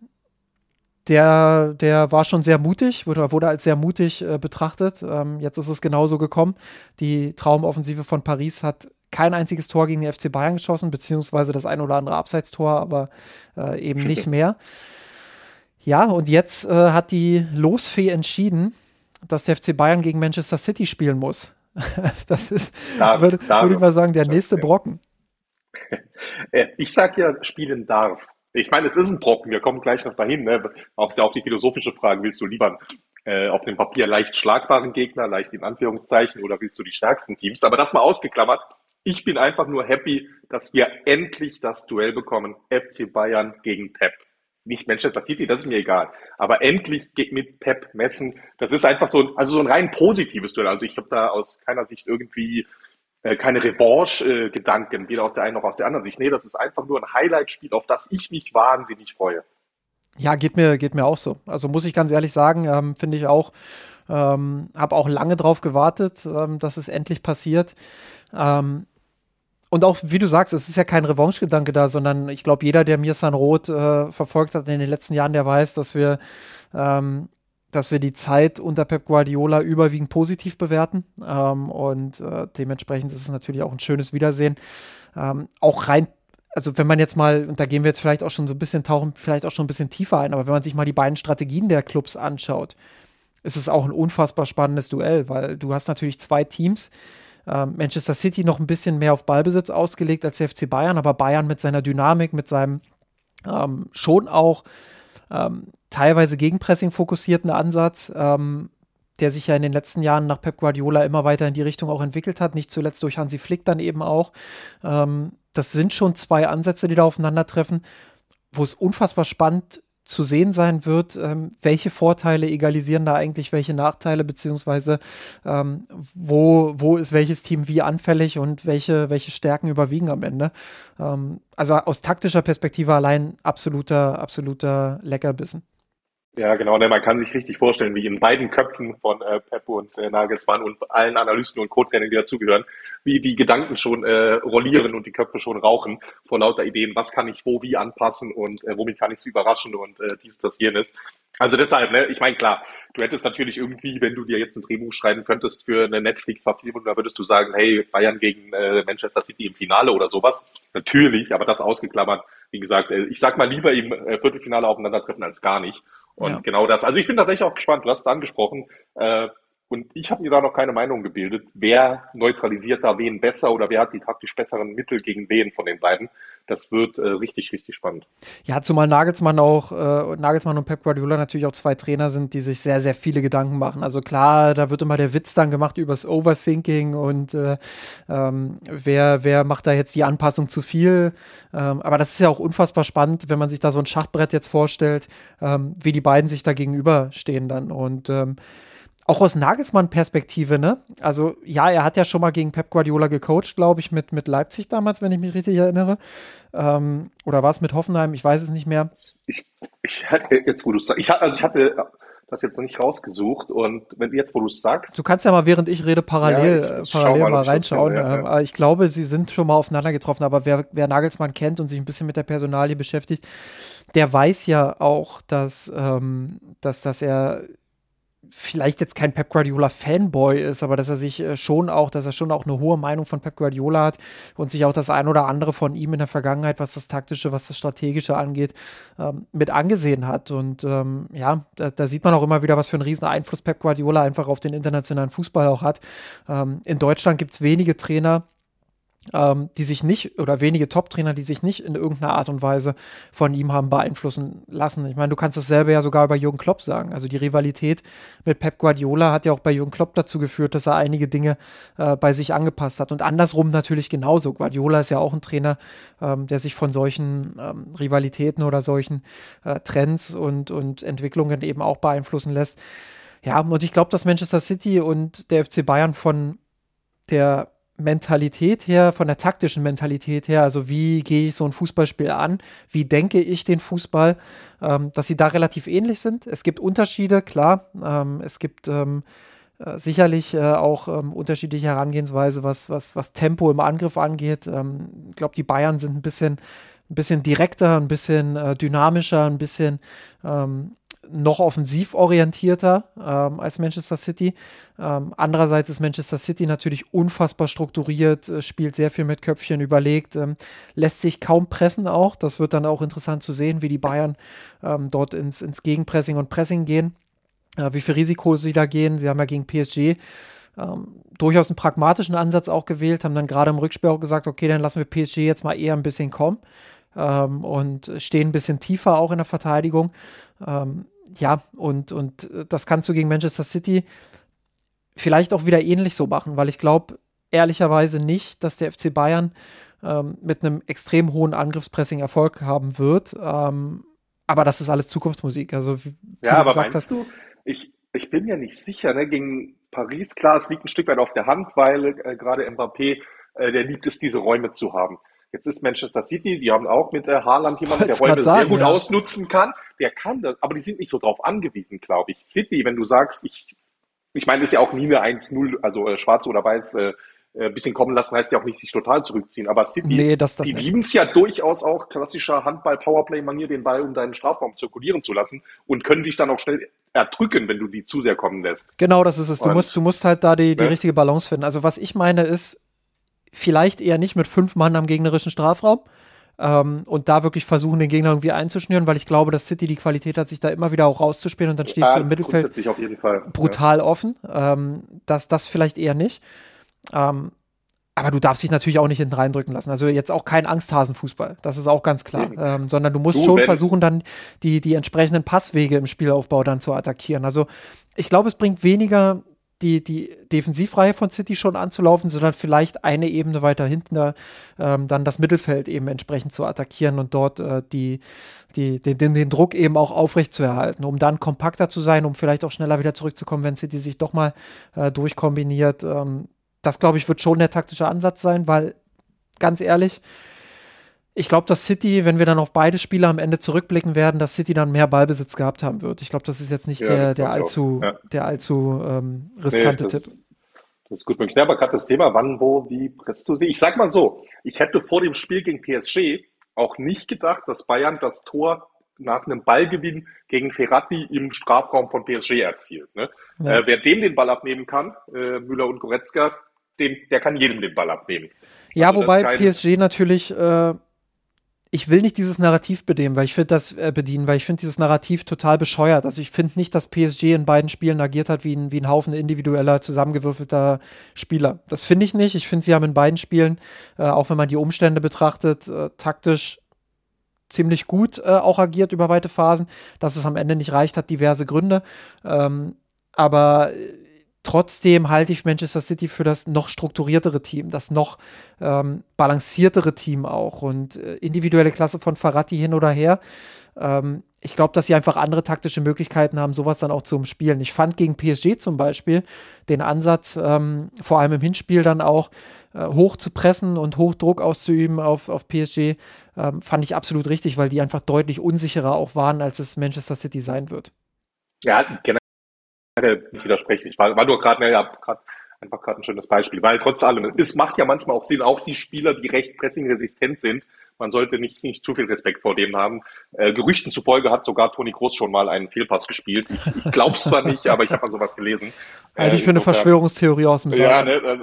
Der, der war schon sehr mutig, wurde, wurde als sehr mutig äh, betrachtet. Ähm, jetzt ist es genauso gekommen. Die Traumoffensive von Paris hat kein einziges Tor gegen den F C Bayern geschossen, beziehungsweise das ein oder andere Abseitstor, aber äh, eben nicht mehr. Ja, und jetzt äh, hat die Losfee entschieden, dass der F C Bayern gegen Manchester City spielen muss. Das ist, darf, würde, darf. würde ich mal sagen, der nächste Brocken. Ich sag ja, spielen darf. Ich meine, es ist ein Brocken, wir kommen gleich noch dahin. Ne? Auch ist ja auch die philosophische Frage, willst du lieber äh, auf dem Papier leicht schlagbaren Gegner, leicht in Anführungszeichen, oder willst du die stärksten Teams? Aber das mal ausgeklammert. Ich bin einfach nur happy, dass wir endlich das Duell bekommen, F C Bayern gegen Pep. Nicht Manchester City, das ist mir egal. Aber endlich mit Pep messen. Das ist einfach so, also so ein rein positives Duell. Also ich habe da aus keiner Sicht irgendwie keine Revanche-Gedanken, äh, weder aus der einen noch aus der anderen Sicht. Nee, das ist einfach nur ein Highlight-Spiel, auf das ich mich wahnsinnig freue. Ja, geht mir, geht mir auch so. Also muss ich ganz ehrlich sagen, ähm, finde ich auch, ähm, habe auch lange drauf gewartet, ähm, dass es endlich passiert. Ähm, und auch, wie du sagst, es ist ja kein Revanche-Gedanke da, sondern ich glaube, jeder, der Mirsan Roth äh, verfolgt hat in den letzten Jahren, der weiß, dass wir ähm, dass wir die Zeit unter Pep Guardiola überwiegend positiv bewerten ähm, und äh, dementsprechend ist es natürlich auch ein schönes Wiedersehen. Ähm, auch rein, also wenn man jetzt mal, und da gehen wir jetzt vielleicht auch schon so ein bisschen, tauchen vielleicht auch schon ein bisschen tiefer ein, aber wenn man sich mal die beiden Strategien der Clubs anschaut, ist es auch ein unfassbar spannendes Duell, weil du hast natürlich zwei Teams, ähm, Manchester City noch ein bisschen mehr auf Ballbesitz ausgelegt als der F C Bayern, aber Bayern mit seiner Dynamik, mit seinem ähm, schon auch ähm, teilweise Gegenpressing fokussierten Ansatz, ähm, der sich ja in den letzten Jahren nach Pep Guardiola immer weiter in die Richtung auch entwickelt hat, nicht zuletzt durch Hansi Flick dann eben auch. Ähm, das sind schon zwei Ansätze, die da aufeinandertreffen, wo es unfassbar spannend zu sehen sein wird, ähm, welche Vorteile egalisieren da eigentlich welche Nachteile, beziehungsweise ähm, wo, wo ist welches Team wie anfällig und welche, welche Stärken überwiegen am Ende. Ähm, also aus taktischer Perspektive allein absoluter, absoluter Leckerbissen. Ja, genau. Ne, man kann sich richtig vorstellen, wie in beiden Köpfen von äh, Pep und äh, Nagelsmann und allen Analysten und Co-Trainern, die dazugehören, wie die Gedanken schon äh, rollieren und die Köpfe schon rauchen vor lauter Ideen. Was kann ich wo wie anpassen und äh, womit kann ich sie überraschen und äh, dies, das, jenes. Also deshalb, ne, ich meine, klar, du hättest natürlich irgendwie, wenn du dir jetzt ein Drehbuch schreiben könntest für eine Netflix-Verfilmung, da würdest du sagen, hey, Bayern gegen äh, Manchester City im Finale oder sowas. Natürlich, aber das ausgeklammert. Wie gesagt, äh, ich sag mal lieber im äh, Viertelfinale aufeinandertreffen als gar nicht. Und ja. Genau das. Also ich bin tatsächlich auch gespannt. Du hast es angesprochen. Äh, und ich habe mir da noch keine Meinung gebildet. Wer neutralisiert da wen besser oder wer hat die taktisch besseren Mittel gegen wen von den beiden? Das wird äh, richtig, richtig spannend. Ja, zumal Nagelsmann auch, äh, Nagelsmann und Pep Guardiola natürlich auch zwei Trainer sind, die sich sehr, sehr viele Gedanken machen. Also klar, da wird immer der Witz dann gemacht übers Overthinking und äh, ähm, wer, wer macht da jetzt die Anpassung zu viel. Ähm, aber das ist ja auch unfassbar spannend, wenn man sich da so ein Schachbrett jetzt vorstellt, ähm, wie die beiden sich da gegenüberstehen dann. Und ähm, auch aus Nagelsmann-Perspektive, ne? Also, ja, er hat ja schon mal gegen Pep Guardiola gecoacht, glaube ich, mit, mit Leipzig damals, wenn ich mich richtig erinnere. Ähm, oder war es mit Hoffenheim? Ich weiß es nicht mehr. Ich, ich hatte, jetzt wo du sagst, ich hatte, also ich hatte das jetzt noch nicht rausgesucht und wenn jetzt, wo du es sagst. Du kannst ja mal, während ich rede, parallel, ja, ich parallel mal, mal reinschauen. Kann, ja, ja. Ich glaube, sie sind schon mal aufeinander getroffen, aber wer, wer Nagelsmann kennt und sich ein bisschen mit der Personalie beschäftigt, der weiß ja auch, dass, ähm, dass, dass er vielleicht jetzt kein Pep Guardiola Fanboy ist, aber dass er sich äh, schon auch, dass er schon auch eine hohe Meinung von Pep Guardiola hat und sich auch das ein oder andere von ihm in der Vergangenheit, was das Taktische, was das Strategische angeht, ähm, mit angesehen hat. Und ähm, ja, da, da sieht man auch immer wieder, was für einen riesen Einfluss Pep Guardiola einfach auf den internationalen Fußball auch hat. Ähm, in Deutschland gibt es wenige Trainer, Ähm, die sich nicht, oder wenige Top-Trainer, die sich nicht in irgendeiner Art und Weise von ihm haben beeinflussen lassen. Ich meine, du kannst dasselbe ja sogar über Jürgen Klopp sagen. Also die Rivalität mit Pep Guardiola hat ja auch bei Jürgen Klopp dazu geführt, dass er einige Dinge äh, bei sich angepasst hat. Und andersrum natürlich genauso. Guardiola ist ja auch ein Trainer, ähm, der sich von solchen ähm, Rivalitäten oder solchen äh, Trends und, und Entwicklungen eben auch beeinflussen lässt. Ja, und ich glaube, dass Manchester City und der F C Bayern von der Mentalität her, von der taktischen Mentalität her, also wie gehe ich so ein Fußballspiel an, wie denke ich den Fußball, ähm, dass sie da relativ ähnlich sind. Es gibt Unterschiede, klar, ähm, es gibt ähm, äh, sicherlich äh, auch ähm, unterschiedliche Herangehensweise, was, was, was Tempo im Angriff angeht. Ähm, ich glaube, die Bayern sind ein bisschen, ein bisschen direkter, ein bisschen äh, dynamischer, ein bisschen ähm, noch offensiv orientierter ähm, als Manchester City. Ähm, andererseits ist Manchester City natürlich unfassbar strukturiert, äh, spielt sehr viel mit Köpfchen, überlegt, ähm, lässt sich kaum pressen auch. Das wird dann auch interessant zu sehen, wie die Bayern ähm, dort ins, ins Gegenpressing und Pressing gehen, äh, wie viel Risiko sie da gehen. Sie haben ja gegen P S G ähm, durchaus einen pragmatischen Ansatz auch gewählt, haben dann gerade im Rückspiel auch gesagt, okay, dann lassen wir P S G jetzt mal eher ein bisschen kommen ähm, und stehen ein bisschen tiefer auch in der Verteidigung. Ähm, Ja, und, und das kannst du gegen Manchester City vielleicht auch wieder ähnlich so machen, weil ich glaube ehrlicherweise nicht, dass der F C Bayern ähm, mit einem extrem hohen Angriffspressing Erfolg haben wird. Ähm, aber das ist alles Zukunftsmusik. Also, wie, wie ja, du aber gesagt meinst hast, du, ich, ich bin ja nicht sicher, ne, gegen Paris, klar, es liegt ein Stück weit auf der Hand, weil äh, gerade Mbappé, äh, der liebt es, diese Räume zu haben. Jetzt ist Manchester City, die haben auch mit äh, Haaland jemanden, der Räume sagen, sehr gut ja. ausnutzen kann. Der kann das, aber die sind nicht so drauf angewiesen, glaube ich. City, wenn du sagst, ich, ich meine, das ist ja auch nie eine eins null, also äh, schwarz oder weiß, äh, ein bisschen kommen lassen, heißt ja auch nicht sich total zurückziehen. Aber City, nee, das, das die nicht. lieben es ja durchaus auch, klassischer Handball-Powerplay-Manier, den Ball um deinen Strafraum zirkulieren zu lassen und können dich dann auch schnell erdrücken, wenn du die zu sehr kommen lässt. Genau, das ist es. Du, Und, musst, du musst halt da die, die ne? richtige Balance finden. Also was ich meine ist, vielleicht eher nicht mit fünf Mann am gegnerischen Strafraum ähm, und da wirklich versuchen, den Gegner irgendwie einzuschnüren, weil ich glaube, dass City die Qualität hat, sich da immer wieder auch rauszuspielen und dann stehst Ja, du im Mittelfeld grundsätzlich auf jeden Fall. brutal offen. Ähm, das, das vielleicht eher nicht. Ähm, aber du darfst dich natürlich auch nicht hinten reindrücken lassen. Also jetzt auch kein Angsthasenfußball, das ist auch ganz klar. Ähm, sondern du musst du, schon versuchen, dann die, die entsprechenden Passwege im Spielaufbau dann zu attackieren. Also ich glaube, es bringt weniger die, die Defensivreihe von City schon anzulaufen, sondern vielleicht eine Ebene weiter hinten da, ähm, dann das Mittelfeld eben entsprechend zu attackieren und dort äh, die, die, den, den, den Druck eben auch aufrecht zu erhalten, um dann kompakter zu sein, um vielleicht auch schneller wieder zurückzukommen, wenn City sich doch mal äh, durchkombiniert. Ähm, das, glaube ich, wird schon der taktische Ansatz sein, weil, ganz ehrlich, ich glaube, dass City, wenn wir dann auf beide Spiele am Ende zurückblicken werden, dass City dann mehr Ballbesitz gehabt haben wird. Ich glaube, das ist jetzt nicht ja, der, der allzu, ja. der allzu ähm, riskante nee, das, Tipp. Das ist gut möglich. Aber gerade das Thema, wann, wo, wie presst du sie? Ich sag mal so, ich hätte vor dem Spiel gegen P S G auch nicht gedacht, dass Bayern das Tor nach einem Ballgewinn gegen Verratti im Strafraum von P S G erzielt. Ne? Ja. Äh, wer dem den Ball abnehmen kann, äh, Müller und Goretzka, dem, der kann jedem den Ball abnehmen. Ja, also wobei kein... P S G natürlich äh, ich will nicht dieses Narrativ bedienen, weil ich finde das äh, bedienen, weil ich finde dieses Narrativ total bescheuert. Also ich finde nicht, dass P S G in beiden Spielen agiert hat wie ein, wie ein Haufen individueller, zusammengewürfelter Spieler. Das finde ich nicht. Ich finde, sie haben in beiden Spielen, äh, auch wenn man die Umstände betrachtet, äh, taktisch ziemlich gut äh, auch agiert über weite Phasen. Dass es am Ende nicht reicht, hat diverse Gründe. Ähm, aber trotzdem halte ich Manchester City für das noch strukturiertere Team, das noch ähm, balanciertere Team auch und äh, individuelle Klasse von Verratti hin oder her. Ähm, ich glaube, dass sie einfach andere taktische Möglichkeiten haben, sowas dann auch zu umspielen. Ich fand gegen P S G zum Beispiel den Ansatz, ähm, vor allem im Hinspiel dann auch äh, hoch zu pressen und Hochdruck auszuüben auf, auf P S G, ähm, fand ich absolut richtig, weil die einfach deutlich unsicherer auch waren, als es Manchester City sein wird. Ja, genau. Nicht widersprechen. Ich war, war nur gerade, ne, ja, gerade einfach gerade ein schönes Beispiel, weil trotz allem, es macht ja manchmal auch Sinn, auch die Spieler, die recht pressingresistent sind, man sollte nicht, nicht zu viel Respekt vor denen haben. Äh, Gerüchten zufolge hat sogar Toni Kroos schon mal einen Fehlpass gespielt. Ich, ich glaube es zwar nicht, aber ich habe mal sowas gelesen. Halte ich für eine Verschwörungstheorie aus dem Saal. Ja, ne, also,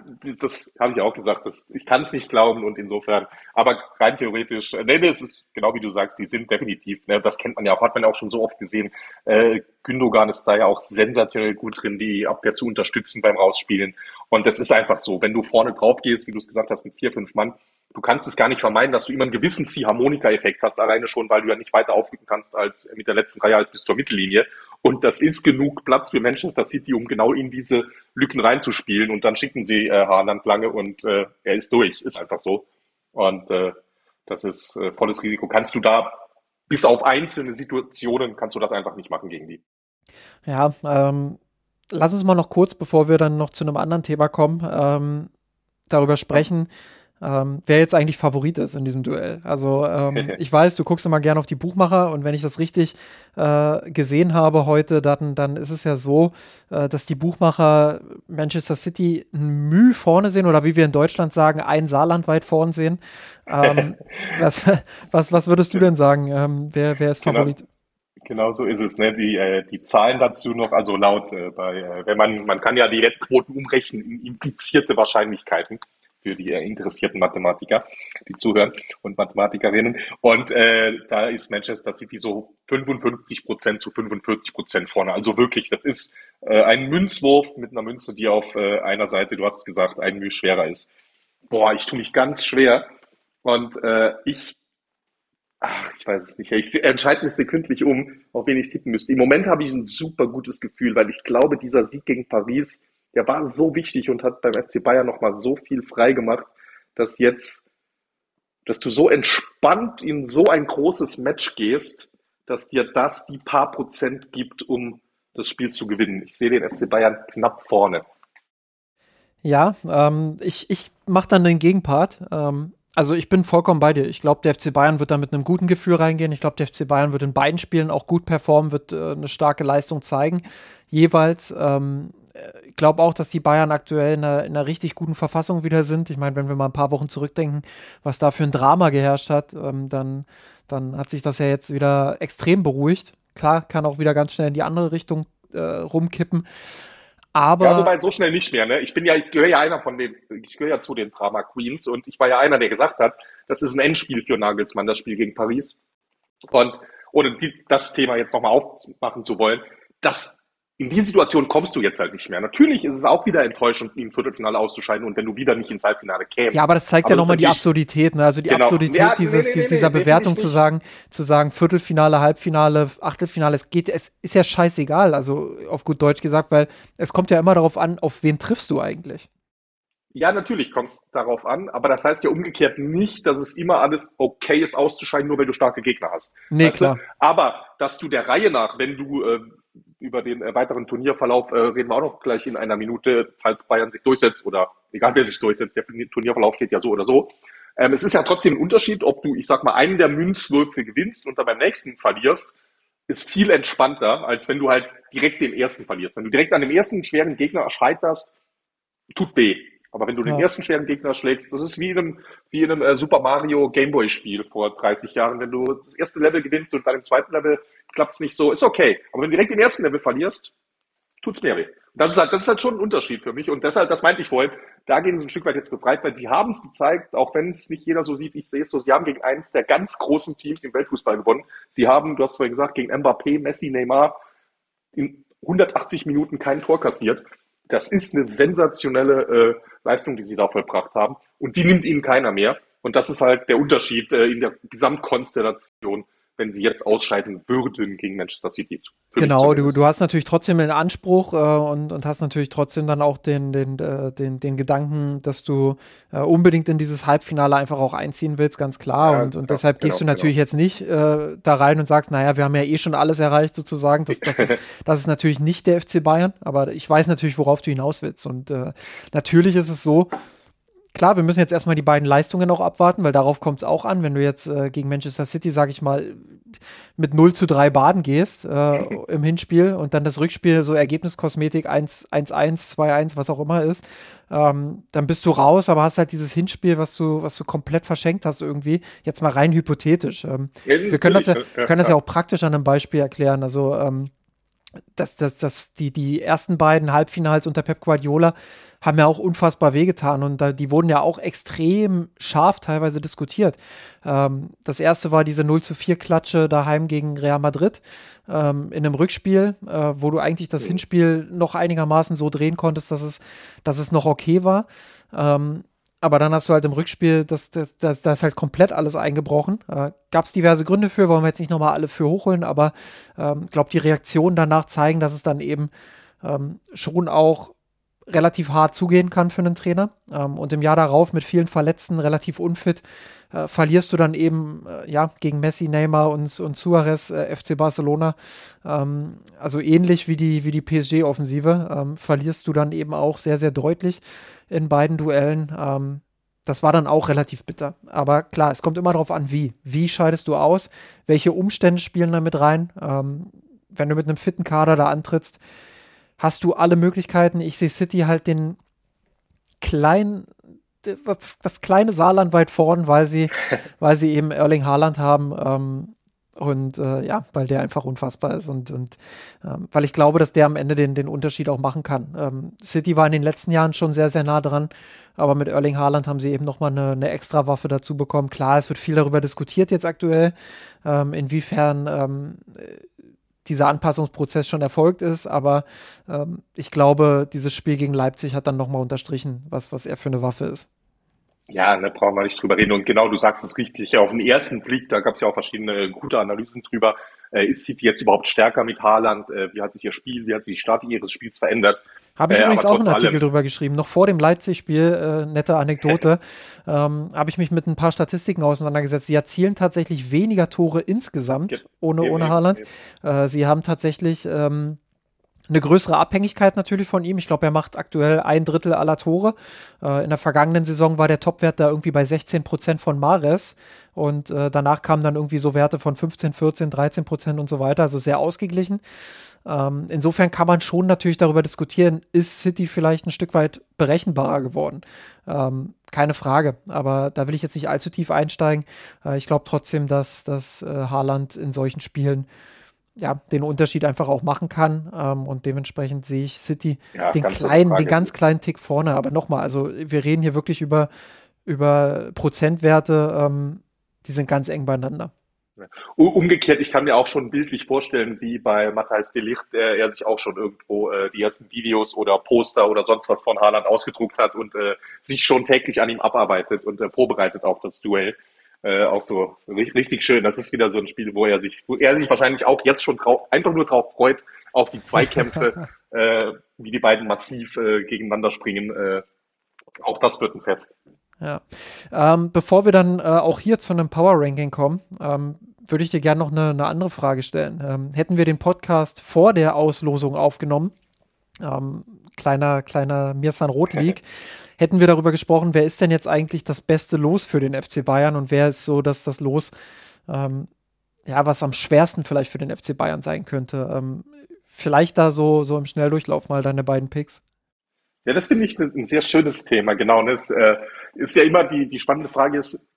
das habe ich auch gesagt. Das, ich kann es nicht glauben und insofern, aber rein theoretisch, ne, ne, es ist genau wie du sagst, die sind definitiv, ne, das kennt man ja auch, hat man ja auch schon so oft gesehen. Äh, Gündogan ist da ja auch sensationell gut drin, die Abwehr zu unterstützen beim Rausspielen. Und das ist einfach so, wenn du vorne drauf gehst, wie du es gesagt hast, mit vier, fünf Mann, du kannst es gar nicht vermeiden, dass du immer einen gewissen Ziehharmonika-Effekt hast, alleine schon, weil du ja nicht weiter aufrücken kannst als mit der letzten Reihe als bis zur Mittellinie. Und das ist genug Platz für Manchester City, um genau in diese Lücken reinzuspielen. Und dann schicken sie äh, Haaland lange und äh, er ist durch. Ist einfach so. Und äh, das ist äh, volles Risiko. Kannst du da, bis auf einzelne Situationen, kannst du das einfach nicht machen gegen die. Ja, ähm, lass uns mal noch kurz, bevor wir dann noch zu einem anderen Thema kommen, ähm, darüber sprechen, Ähm, wer jetzt eigentlich Favorit ist in diesem Duell. Also ähm, ich weiß, du guckst immer gerne auf die Buchmacher und wenn ich das richtig äh, gesehen habe heute, dann, dann ist es ja so, äh, dass die Buchmacher Manchester City ein Müh vorne sehen oder wie wir in Deutschland sagen, ein Saarland weit vorne sehen. Ähm, was, was, was würdest du denn sagen? Ähm, wer, wer ist Favorit? Genau. Genau so ist es, ne? Die, äh, die Zahlen dazu noch, also laut, äh, bei, äh, wenn man, man kann ja die Wettquoten umrechnen in implizierte Wahrscheinlichkeiten für die äh, interessierten Mathematiker, die zuhören und Mathematikerinnen. Und äh, da ist Manchester City so fünfundfünfzig Prozent zu fünfundvierzig Prozent vorne. Also wirklich, das ist äh, ein Münzwurf mit einer Münze, die auf äh, einer Seite, du hast es gesagt, ein Mühe schwerer ist. Boah, ich tue mich ganz schwer. Und äh, ich Ach, ich weiß es nicht. Ich entscheide mich sekündlich um, auf wen ich tippen müsste. Im Moment habe ich ein super gutes Gefühl, weil ich glaube, dieser Sieg gegen Paris, der war so wichtig und hat beim F C Bayern nochmal so viel frei gemacht, dass jetzt, dass du so entspannt in so ein großes Match gehst, dass dir das die paar Prozent gibt, um das Spiel zu gewinnen. Ich sehe den F C Bayern knapp vorne. Ja, ähm, ich, ich mache dann den Gegenpart. Ähm Also ich bin vollkommen bei dir. Ich glaube, der F C Bayern wird da mit einem guten Gefühl reingehen. Ich glaube, der F C Bayern wird in beiden Spielen auch gut performen, wird äh, eine starke Leistung zeigen. Jeweils. Ähm, ich glaube auch, dass die Bayern aktuell in einer, in einer richtig guten Verfassung wieder sind. Ich meine, wenn wir mal ein paar Wochen zurückdenken, was da für ein Drama geherrscht hat, ähm, dann, dann hat sich das ja jetzt wieder extrem beruhigt. Klar, kann auch wieder ganz schnell in die andere Richtung äh, rumkippen. Aber ja, wobei so schnell nicht mehr, ne? Ich bin ja, ich gehöre ja einer von den, ich gehöre ja zu den Drama Queens und ich war ja einer, der gesagt hat, das ist ein Endspiel für Nagelsmann, das Spiel gegen Paris. Und ohne die, das Thema jetzt nochmal aufmachen zu wollen, das in die Situation kommst du jetzt halt nicht mehr. Natürlich ist es auch wieder enttäuschend, im Viertelfinale auszuscheiden und wenn du wieder nicht ins Halbfinale kämst. Ja, aber das zeigt aber ja das nochmal die natürlich- Absurdität, ne? Also die Genau. Absurdität Ja, nee, dieses, nee, nee, dies- dieser nee, nee, Bewertung finde ich zu nicht. sagen, zu sagen, Viertelfinale, Halbfinale, Achtelfinale, es geht, es ist ja scheißegal, also auf gut Deutsch gesagt, weil es kommt ja immer darauf an, auf wen triffst du eigentlich. Ja, natürlich kommt es darauf an, aber das heißt ja umgekehrt nicht, dass es immer alles okay ist, auszuscheiden, nur weil du starke Gegner hast. Nee, Weißt du? klar. Aber dass du der Reihe nach, wenn du äh, über den äh, weiteren Turnierverlauf äh, reden wir auch noch gleich in einer Minute, falls Bayern sich durchsetzt oder egal wer sich durchsetzt, der Turnierverlauf steht ja so oder so. Ähm, es ist ja trotzdem ein Unterschied, ob du, ich sag mal, einen der Münzwürfe gewinnst und dann beim nächsten verlierst, ist viel entspannter, als wenn du halt direkt den ersten verlierst. Wenn du direkt an dem ersten schweren Gegner scheiterst, tut weh. Aber wenn du den Ja. ersten schweren Gegner schlägst, das ist wie in einem, wie in einem äh, Super Mario Gameboy Spiel vor dreißig Jahren. Wenn du das erste Level gewinnst und dann im zweiten Level klappt es nicht so, ist okay. Aber wenn du direkt den ersten Level verlierst, tut's mehr weh. Das ist halt, das ist halt schon ein Unterschied für mich. Und deshalb, das meinte ich vorhin, da gehen sie ein Stück weit jetzt befreit, weil sie haben es gezeigt, auch wenn es nicht jeder so sieht, ich sehe es so, sie haben gegen eines der ganz großen Teams im Weltfußball gewonnen. Sie haben, du hast vorhin gesagt, gegen Mbappé, Messi, Neymar in hundertachtzig Minuten kein Tor kassiert. Das ist eine sensationelle äh, Leistung, die sie da vollbracht haben. Und die nimmt ihnen keiner mehr. Und das ist halt der Unterschied äh, in der Gesamtkonstellation, wenn sie jetzt ausscheiden würden gegen Manchester City. Für mich Genau, du, zumindest. du hast natürlich trotzdem den Anspruch äh, und, und hast natürlich trotzdem dann auch den, den, äh, den, den Gedanken, dass du äh, unbedingt in dieses Halbfinale einfach auch einziehen willst, ganz klar. Ja, und und ja, deshalb genau, gehst du natürlich jetzt nicht äh, da rein und sagst, naja, wir haben ja eh schon alles erreicht sozusagen. Das, das, ist, das ist natürlich nicht der F C Bayern, aber ich weiß natürlich, worauf du hinaus willst. Und äh, natürlich ist es so, klar, wir müssen jetzt erstmal die beiden Leistungen auch abwarten, weil darauf kommt es auch an. Wenn du jetzt äh, gegen Manchester City, sage ich mal, mit null zu drei baden gehst äh, im Hinspiel und dann das Rückspiel so Ergebniskosmetik eins eins, zwei eins, was auch immer ist, ähm, dann bist du raus, aber hast halt dieses Hinspiel, was du, was du komplett verschenkt hast irgendwie, jetzt mal rein hypothetisch. Ähm, Ja, wir können das ja, natürlich, wir können das ja auch praktisch an einem Beispiel erklären. Also ähm, dass, dass, dass die, die ersten beiden Halbfinals unter Pep Guardiola haben ja auch unfassbar wehgetan und da, die wurden ja auch extrem scharf teilweise diskutiert. Ähm, das erste war diese null zu vier Klatsche daheim gegen Real Madrid ähm, in einem Rückspiel, äh, wo du eigentlich das Hinspiel noch einigermaßen so drehen konntest, dass es, dass es noch okay war. Ähm, Aber dann hast du halt im Rückspiel, das, das, das, das ist halt komplett alles eingebrochen. Äh, Gab es diverse Gründe für, wollen wir jetzt nicht nochmal alle für hochholen, aber ich ähm, glaube, die Reaktionen danach zeigen, dass es dann eben ähm, schon auch relativ hart zugehen kann für einen Trainer. Ähm, und im Jahr darauf mit vielen Verletzten, relativ unfit, äh, verlierst du dann eben äh, ja, gegen Messi, Neymar und, und Suarez, äh, F C Barcelona. Ähm, also ähnlich wie die, wie die P S G-Offensive, ähm, verlierst du dann eben auch sehr, sehr deutlich in beiden Duellen. Ähm, das war dann auch relativ bitter. Aber klar, es kommt immer darauf an, wie. Wie scheidest du aus? Welche Umstände spielen da mit rein? Ähm, wenn du mit einem fitten Kader da antrittst, hast du alle Möglichkeiten. Ich sehe City halt den kleinen, das, das, das kleine Saarland weit vorn, weil sie, weil sie eben Erling Haaland haben. Ähm, Und äh, ja, weil der einfach unfassbar ist und, und ähm, weil ich glaube, dass der am Ende den, den Unterschied auch machen kann. Ähm, City war in den letzten Jahren schon sehr, sehr nah dran, aber mit Erling Haaland haben sie eben nochmal eine, eine extra Waffe dazu bekommen. Klar, es wird viel darüber diskutiert jetzt aktuell, ähm, inwiefern ähm, dieser Anpassungsprozess schon erfolgt ist, aber ähm, ich glaube, dieses Spiel gegen Leipzig hat dann nochmal unterstrichen, was, was er für eine Waffe ist. Ja, da brauchen wir nicht drüber reden. Und genau, du sagst es richtig. Auf den ersten Blick, da gab es ja auch verschiedene gute Analysen drüber. Äh, ist City jetzt überhaupt stärker mit Haaland? Äh, wie hat sich ihr Spiel, wie hat sich die Statik ihres Spiels verändert? Habe ich Äh, übrigens aber auch einen trotz Artikel allem- drüber geschrieben, noch vor dem Leipzig-Spiel, äh, nette Anekdote, ähm, habe ich mich mit ein paar Statistiken auseinandergesetzt. Sie erzielen tatsächlich weniger Tore insgesamt, Ge- ohne, eben, ohne eben, Haaland. eben. Äh, sie haben tatsächlich ähm, eine größere Abhängigkeit natürlich von ihm. Ich glaube, er macht aktuell ein Drittel aller Tore. Äh, in der vergangenen Saison war der Topwert da irgendwie bei sechzehn Prozent von Mahrez und äh, danach kamen dann irgendwie so Werte von fünfzehn, vierzehn, dreizehn Prozent und so weiter, also sehr ausgeglichen. Ähm, insofern kann man schon natürlich darüber diskutieren, ist City vielleicht ein Stück weit berechenbarer geworden? Ähm, keine Frage, aber da will ich jetzt nicht allzu tief einsteigen. Äh, ich glaube trotzdem, dass, dass äh, Haaland in solchen Spielen ja, den Unterschied einfach auch machen kann. Ähm, und dementsprechend sehe ich City Ja, den ganz ohne kleinen, Frage. den ganz kleinen Tick vorne. Aber nochmal, also wir reden hier wirklich über, über Prozentwerte, ähm, die sind ganz eng beieinander. Ja. U- Umgekehrt, ich kann mir auch schon bildlich vorstellen, wie bei Matthijs de Ligt, der er sich auch schon irgendwo äh, die ersten Videos oder Poster oder sonst was von Haaland ausgedruckt hat und äh, sich schon täglich an ihm abarbeitet und äh, vorbereitet auf das Duell. Äh, auch so ri- richtig schön. Das ist wieder so ein Spiel, wo er sich, wo er sich wahrscheinlich auch jetzt schon drauf, einfach nur drauf freut, auf die Zweikämpfe, äh, wie die beiden massiv äh, gegeneinander springen. Äh, auch das wird ein Fest. Ja. Ähm, bevor wir dann äh, auch hier zu einem Power-Ranking kommen, ähm, würde ich dir gerne noch eine, eine andere Frage stellen. Ähm, hätten wir den Podcast vor der Auslosung aufgenommen, ähm, kleiner, kleiner Mirsan Rot-League, hätten wir darüber gesprochen, wer ist denn jetzt eigentlich das beste Los für den F C Bayern und wer ist so, dass das Los, ähm, ja, was am schwersten vielleicht für den F C Bayern sein könnte. Ähm, vielleicht da so, so im Schnelldurchlauf mal deine beiden Picks. Ja, das finde ich ein, ein sehr schönes Thema, genau. Und das äh, ist ja immer die, die spannende Frage ist,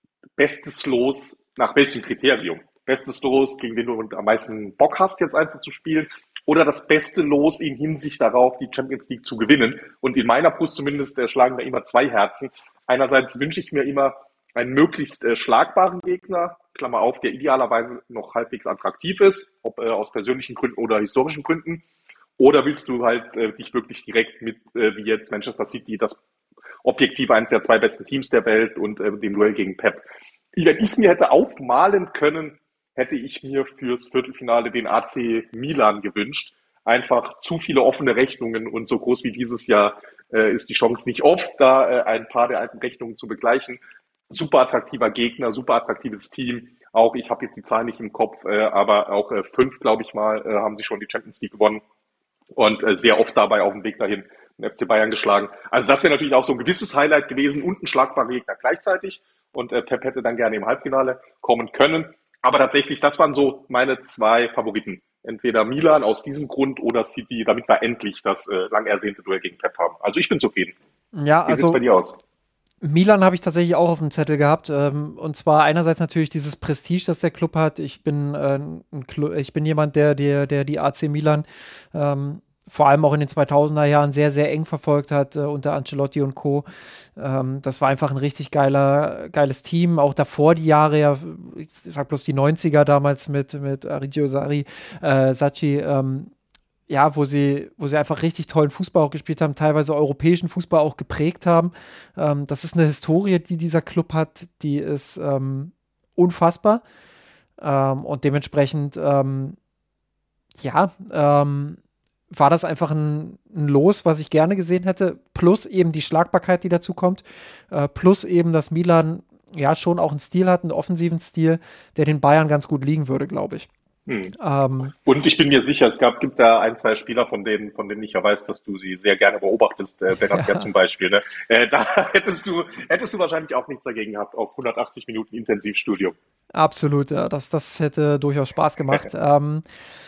bestes Los nach welchem Kriterium? Bestes Los, gegen den du am meisten Bock hast, jetzt einfach zu spielen, oder das beste Los in Hinsicht darauf, die Champions League zu gewinnen. Und in meiner Brust zumindest äh, schlagen da immer zwei Herzen. Einerseits wünsche ich mir immer einen möglichst äh, schlagbaren Gegner, Klammer auf, der idealerweise noch halbwegs attraktiv ist, ob äh, aus persönlichen Gründen oder historischen Gründen. Oder willst du halt äh, dich wirklich direkt mit, äh, wie jetzt Manchester City, das objektiv eines der zwei besten Teams der Welt und äh, dem Duell gegen Pep. Wenn ich es mir hätte aufmalen können, hätte ich mir fürs Viertelfinale den A C Milan gewünscht. Einfach zu viele offene Rechnungen und so groß wie dieses Jahr äh, ist die Chance nicht oft, da äh, ein paar der alten Rechnungen zu begleichen. Super attraktiver Gegner, super attraktives Team. Auch ich habe jetzt die Zahl nicht im Kopf, äh, aber auch äh, fünf, glaube ich mal, äh, haben sie schon die Champions League gewonnen. Und äh, sehr oft dabei auf dem Weg dahin den F C Bayern geschlagen. Also das wäre natürlich auch so ein gewisses Highlight gewesen und ein schlagbarer Gegner gleichzeitig. Und äh, Pep hätte dann gerne im Halbfinale kommen können. Aber tatsächlich, das waren so meine zwei Favoriten. Entweder Milan aus diesem Grund oder City, damit wir endlich das äh, lang ersehnte Duell gegen Pep haben. Also ich bin zufrieden. Ja, Wie sieht's also bei dir aus? Milan habe ich tatsächlich auch auf dem Zettel gehabt. Ähm, und zwar einerseits natürlich dieses Prestige, das der Club hat. Ich bin, äh, ein Clu- ich bin jemand, der, der, der die A C Milan ähm, vor allem auch in den zweitausender Jahren sehr, sehr eng verfolgt hat, äh, unter Ancelotti und Co. Ähm, das war einfach ein richtig geiler, geiles Team. Auch davor die Jahre, ja, ich sag bloß die neunziger damals mit, mit Arrigo Sacchi, äh, Sacchi, ähm, ja, wo sie, wo sie einfach richtig tollen Fußball auch gespielt haben, teilweise europäischen Fußball auch geprägt haben. Ähm, das ist eine Historie, die dieser Club hat, die ist ähm, unfassbar. Ähm, und dementsprechend, ähm, ja, ähm, war das einfach ein, ein Los, was ich gerne gesehen hätte, plus eben die Schlagbarkeit, die dazu kommt, äh, plus eben, dass Milan ja schon auch einen Stil hat, einen offensiven Stil, der den Bayern ganz gut liegen würde, glaube ich. Hm. Ähm, Und ich bin mir sicher, es gab, gibt da ein, zwei Spieler, von denen, von denen ich ja weiß, dass du sie sehr gerne beobachtest, äh, Benazia Ja. zum Beispiel. Ne? Äh, da hättest du, hättest du wahrscheinlich auch nichts dagegen gehabt auf hundertachtzig Minuten Intensivstudium. Absolut, ja, das, das hätte durchaus Spaß gemacht. ähm,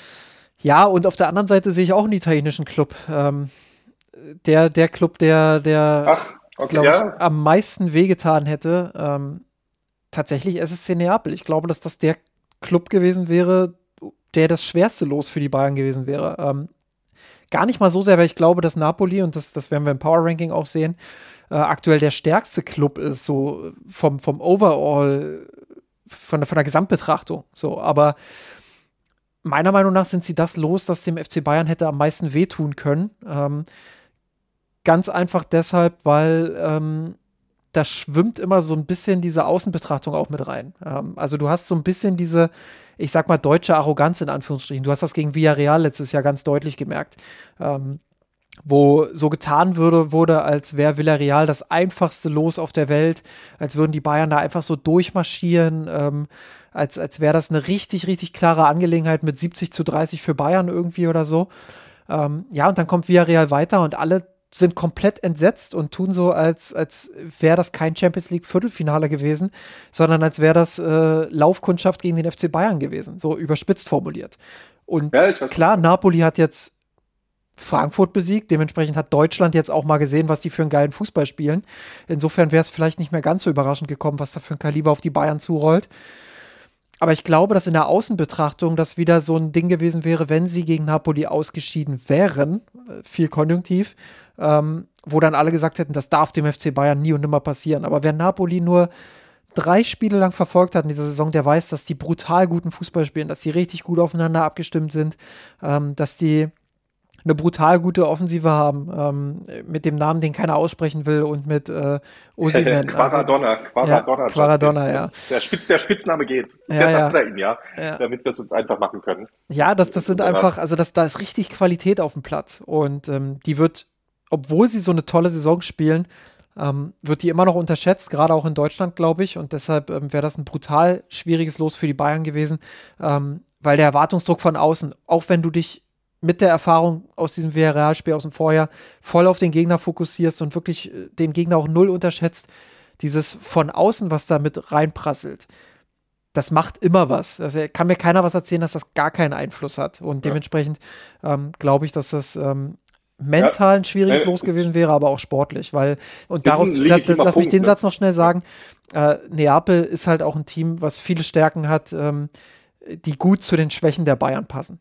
ja, und auf der anderen Seite sehe ich auch einen italienischen Club. Ähm, der, der Club, der, der Ach, okay, glaube ich, ja. am meisten wehgetan hätte, ähm, tatsächlich S S C Neapel. Ich glaube, dass das der Club gewesen wäre, der das schwerste Los für die Bayern gewesen wäre. Ähm, gar nicht mal so sehr, weil ich glaube, dass Napoli, und das, das werden wir im Power Ranking auch sehen, äh, aktuell der stärkste Club ist, so vom, vom Overall, von der, von der Gesamtbetrachtung. So, aber meiner Meinung nach sind sie das Los, das dem F C Bayern hätte am meisten wehtun können. Ähm, ganz einfach deshalb, weil ähm, da schwimmt immer so ein bisschen diese Außenbetrachtung auch mit rein. Ähm, also du hast so ein bisschen diese, ich sag mal, deutsche Arroganz in Anführungsstrichen. Du hast das gegen Villarreal letztes Jahr ganz deutlich gemerkt. Ähm, wo so getan würde, wurde, als wäre Villarreal das einfachste Los auf der Welt, als würden die Bayern da einfach so durchmarschieren, ähm, als, als wäre das eine richtig, richtig klare Angelegenheit mit siebzig zu dreißig für Bayern irgendwie oder so. Ähm, ja, und dann kommt Villarreal weiter und alle sind komplett entsetzt und tun so, als, als wäre das kein Champions League Viertelfinale gewesen, sondern als wäre das äh, Laufkundschaft gegen den F C Bayern gewesen, so überspitzt formuliert. Und Ja, ich weiß. klar, Napoli hat jetzt Frankfurt besiegt, dementsprechend hat Deutschland jetzt auch mal gesehen, was die für einen geilen Fußball spielen. Insofern wäre es vielleicht nicht mehr ganz so überraschend gekommen, was da für ein Kaliber auf die Bayern zurollt. Aber ich glaube, dass in der Außenbetrachtung das wieder so ein Ding gewesen wäre, wenn sie gegen Napoli ausgeschieden wären, viel konjunktiv, ähm, wo dann alle gesagt hätten, das darf dem F C Bayern nie und nimmer passieren. Aber wäre Napoli nur drei Spiele lang verfolgt hat in dieser Saison, der weiß, dass die brutal guten Fußball spielen, dass die richtig gut aufeinander abgestimmt sind, ähm, dass die eine brutal gute Offensive haben, ähm, mit dem Namen, den keiner aussprechen will und mit äh, Osimhen. Quaradonna, Quaradonna. Ja, Quaradonna, ja. Der, Spitz, der Spitzname geht. Ja, der ja. sagt er ihn, ja, ja. damit wir es uns einfach machen können. Ja, das, das sind einfach, also das, da ist richtig Qualität auf dem Platz und ähm, die wird, obwohl sie so eine tolle Saison spielen, ähm, wird die immer noch unterschätzt, gerade auch in Deutschland, glaube ich, und deshalb ähm, wäre das ein brutal schwieriges Los für die Bayern gewesen, ähm, weil der Erwartungsdruck von außen, auch wenn du dich mit der Erfahrung aus diesem Villarreal-Spiel aus dem Vorjahr voll auf den Gegner fokussierst und wirklich den Gegner auch null unterschätzt, dieses von außen, was da mit reinprasselt, das macht immer was. Also kann mir keiner was erzählen, dass das gar keinen Einfluss hat. Und dementsprechend ähm, glaube ich, dass das ähm, mental ein schwieriges ja. Los gewesen wäre, aber auch sportlich, weil, und das darauf, da, lass Punkt, mich den ne? Satz noch schnell sagen, äh, Neapel ist halt auch ein Team, was viele Stärken hat, ähm, die gut zu den Schwächen der Bayern passen.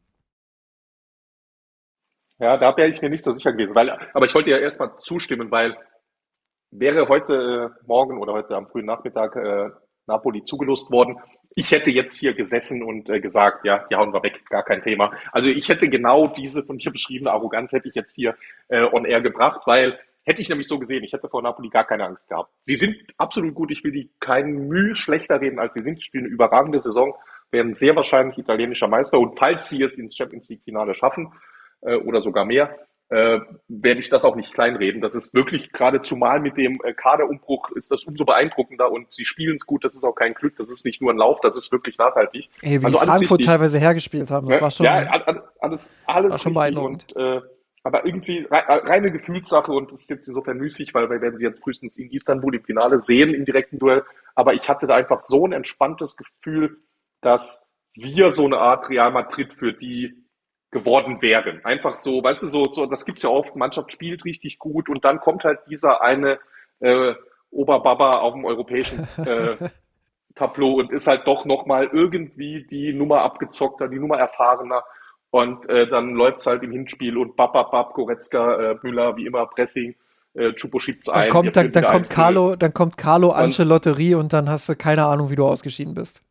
Ja, da wäre ich mir nicht so sicher gewesen. Weil, aber ich wollte ja erstmal zustimmen, weil wäre heute äh, Morgen oder heute am frühen Nachmittag äh, Napoli zugelost worden, ich hätte jetzt hier gesessen und äh, gesagt, ja, die hauen wir weg, gar kein Thema. Also ich hätte genau diese von dir beschriebene Arroganz hätte ich jetzt hier äh, on air gebracht, weil hätte ich nämlich so gesehen, ich hätte vor Napoli gar keine Angst gehabt. Sie sind absolut gut, ich will die keinen Mühe schlechter reden, als sie sind. Die spielen eine überragende Saison, werden sehr wahrscheinlich italienischer Meister und falls sie es ins Champions League Finale schaffen, oder sogar mehr, äh, werde ich das auch nicht kleinreden. Das ist wirklich, gerade zumal mit dem äh, Kaderumbruch, ist das umso beeindruckender und sie spielen es gut, das ist auch kein Glück, das ist nicht nur ein Lauf, das ist wirklich nachhaltig. Ey, wie also Frankfurt richtig. teilweise hergespielt haben, das ja, war schon, ja, alles, alles war schon richtig beeindruckend. Und, äh, aber irgendwie reine Gefühlssache und das ist jetzt insofern müßig, weil wir werden sie jetzt frühestens in Istanbul im Finale sehen, im direkten Duell, aber ich hatte da einfach so ein entspanntes Gefühl, dass wir so eine Art Real Madrid für die geworden wären. Einfach so, weißt du, so, so das gibt's ja oft, Mannschaft spielt richtig gut und dann kommt halt dieser eine äh, Oberbaba auf dem europäischen äh, Tableau und ist halt doch nochmal irgendwie die Nummer abgezockter, die Nummer erfahrener und äh, dann läuft's halt im Hinspiel und bab, bab, bab, Goretzka, äh, Müller, wie immer, Pressing, äh, Chupo schiebt Dann ein. kommt, dann, dann kommt Carlo, dann kommt Carlo Ancelotti und dann hast du keine Ahnung, wie du ausgeschieden bist.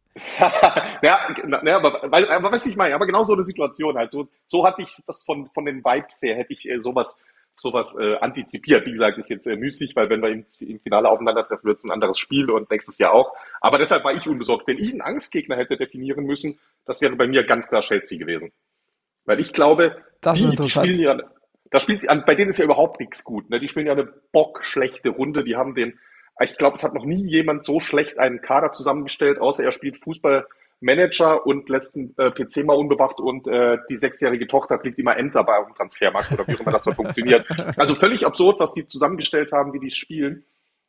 ja, ja, aber, aber was ich meine, aber genau so eine Situation halt. So, so hatte ich das von, von den Vibes her, hätte ich äh, sowas, sowas äh, antizipiert. Wie gesagt, ist jetzt äh, müßig, weil wenn wir im, im Finale aufeinandertreffen, wird es ein anderes Spiel und nächstes Jahr auch. Aber deshalb war ich unbesorgt. Wenn ich einen Angstgegner hätte definieren müssen, das wäre bei mir ganz klar Chelsea gewesen. Weil ich glaube, das die, ist die spielen ja, da spielt, bei denen ist ja überhaupt nichts gut. Ne? Die spielen ja eine bockschlechte Runde. Die haben den, ich glaube, es hat noch nie jemand so schlecht einen Kader zusammengestellt, außer er spielt Fußballmanager und lässt einen äh, P C mal unbewacht und äh, die sechsjährige Tochter klickt immer Enter bei auf dem Transfermarkt oder wie auch immer das so funktioniert. Also völlig absurd, was die zusammengestellt haben, wie die spielen.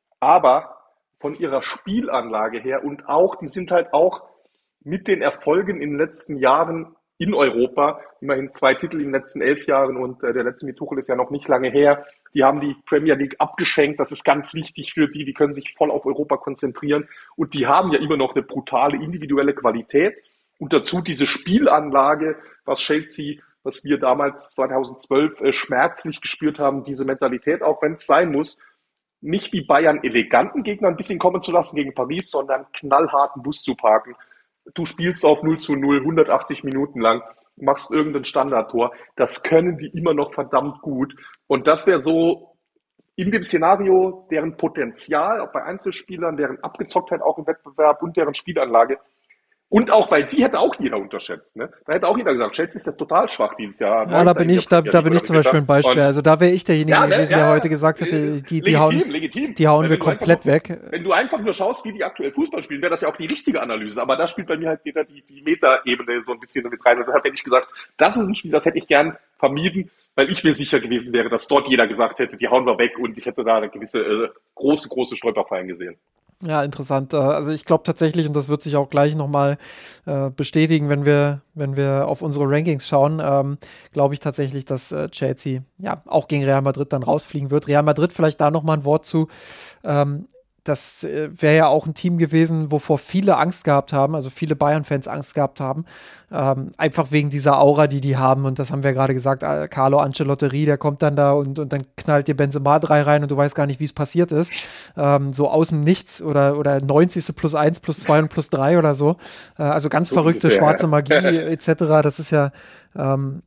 Aber von ihrer Spielanlage her und auch, die sind halt auch mit den Erfolgen in den letzten Jahren in Europa, immerhin zwei Titel in den letzten elf Jahren und äh, der letzte mit Tuchel ist ja noch nicht lange her. Die haben die Premier League abgeschenkt, das ist ganz wichtig für die, die können sich voll auf Europa konzentrieren und die haben ja immer noch eine brutale individuelle Qualität und dazu diese Spielanlage, was Chelsea, was wir damals zweitausendzwölf äh, schmerzlich gespürt haben, diese Mentalität, auch wenn es sein muss, nicht wie Bayern eleganten Gegner ein bisschen kommen zu lassen gegen Paris, sondern knallharten Bus zu parken. Du spielst auf null zu null, hundertachtzig Minuten lang, machst irgendein Standardtor. Das können die immer noch verdammt gut. Und das wäre so in dem Szenario, deren Potenzial, auch bei Einzelspielern, deren Abgezocktheit auch im Wettbewerb und deren Spielanlage. Und auch, weil die hätte auch jeder unterschätzt. Ne? Da hätte auch jeder gesagt, Chelsea ist ja total schwach dieses Jahr. Ja, da bin ich, da, da bin ich zum Beispiel ein Beispiel. Und also da wäre ich derjenige ja, ne, gewesen, der ja, heute gesagt hätte, die, die legitim, hauen, legitim. Die hauen wir komplett nur, weg. Wenn du einfach nur schaust, wie die aktuell Fußball spielen, wäre das ja auch die richtige Analyse. Aber da spielt bei mir halt wieder die, die Meta-Ebene so ein bisschen mit rein. Und deshalb hätte ich gesagt, das ist ein Spiel, das hätte ich gern vermieden, weil ich mir sicher gewesen wäre, dass dort jeder gesagt hätte, die hauen wir weg und ich hätte da eine gewisse äh, große, große Stolperfallen gesehen. Ja, interessant. Also ich glaube tatsächlich, und das wird sich auch gleich nochmal äh, bestätigen, wenn wir, wenn wir auf unsere Rankings schauen, ähm, glaube ich tatsächlich, dass äh, Chelsea ja auch gegen Real Madrid dann rausfliegen wird. Real Madrid, vielleicht da nochmal ein Wort zu. Ähm, das äh, wäre ja auch ein Team gewesen, wovor viele Angst gehabt haben, also viele Bayern-Fans Angst gehabt haben, ähm, einfach wegen dieser Aura, die die haben, und das haben wir gerade gesagt, äh, Carlo Ancelotti, der kommt dann da und, und dann knallt dir Benzema drei rein und du weißt gar nicht, wie es passiert ist, ähm, so aus dem Nichts oder, oder neunzig plus eins plus zwei und plus drei oder so, äh, also ganz so verrückte ungefähr, schwarze Magie et cetera, das ist ja ähm,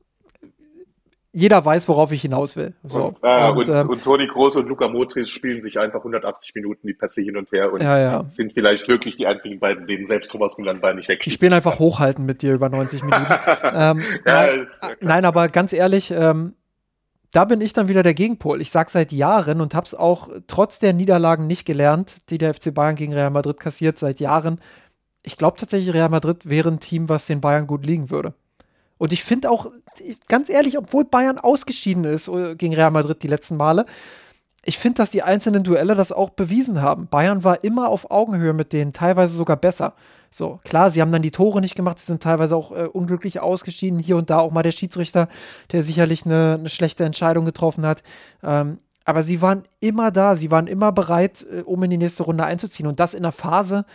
jeder weiß, worauf ich hinaus will. So. Und, äh, und, und, ähm, und Toni Kroos und Luka Modric spielen sich einfach hundertachtzig Minuten die Pässe hin und her und ja, ja. sind vielleicht wirklich die einzigen beiden, denen selbst Thomas Müller ein Bein nicht wegschießt. Die spielen einfach hochhalten mit dir über neunzig Minuten. ähm, ja, nein, nein, aber ganz ehrlich, ähm, da bin ich dann wieder der Gegenpol. Ich sag seit Jahren und hab's auch trotz der Niederlagen nicht gelernt, die der F C Bayern gegen Real Madrid kassiert, seit Jahren. Ich glaube tatsächlich, Real Madrid wäre ein Team, was den Bayern gut liegen würde. Und ich finde auch, ganz ehrlich, obwohl Bayern ausgeschieden ist gegen Real Madrid die letzten Male, ich finde, dass die einzelnen Duelle das auch bewiesen haben. Bayern war immer auf Augenhöhe mit denen, teilweise sogar besser. So, klar, sie haben dann die Tore nicht gemacht, sie sind teilweise auch äh, unglücklich ausgeschieden. Hier und da auch mal der Schiedsrichter, der sicherlich eine, eine schlechte Entscheidung getroffen hat. Ähm, aber sie waren immer da, sie waren immer bereit, äh, um in die nächste Runde einzuziehen. Und das in einer Phase,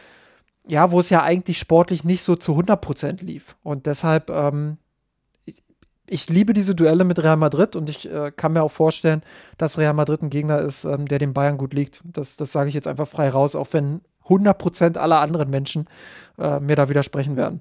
ja, wo es ja eigentlich sportlich nicht so zu hundert Prozent lief. Und deshalb, ähm, ich, ich liebe diese Duelle mit Real Madrid und ich äh, kann mir auch vorstellen, dass Real Madrid ein Gegner ist, ähm, der dem Bayern gut liegt. Das, das sage ich jetzt einfach frei raus, auch wenn hundert Prozent aller anderen Menschen äh, mir da widersprechen werden.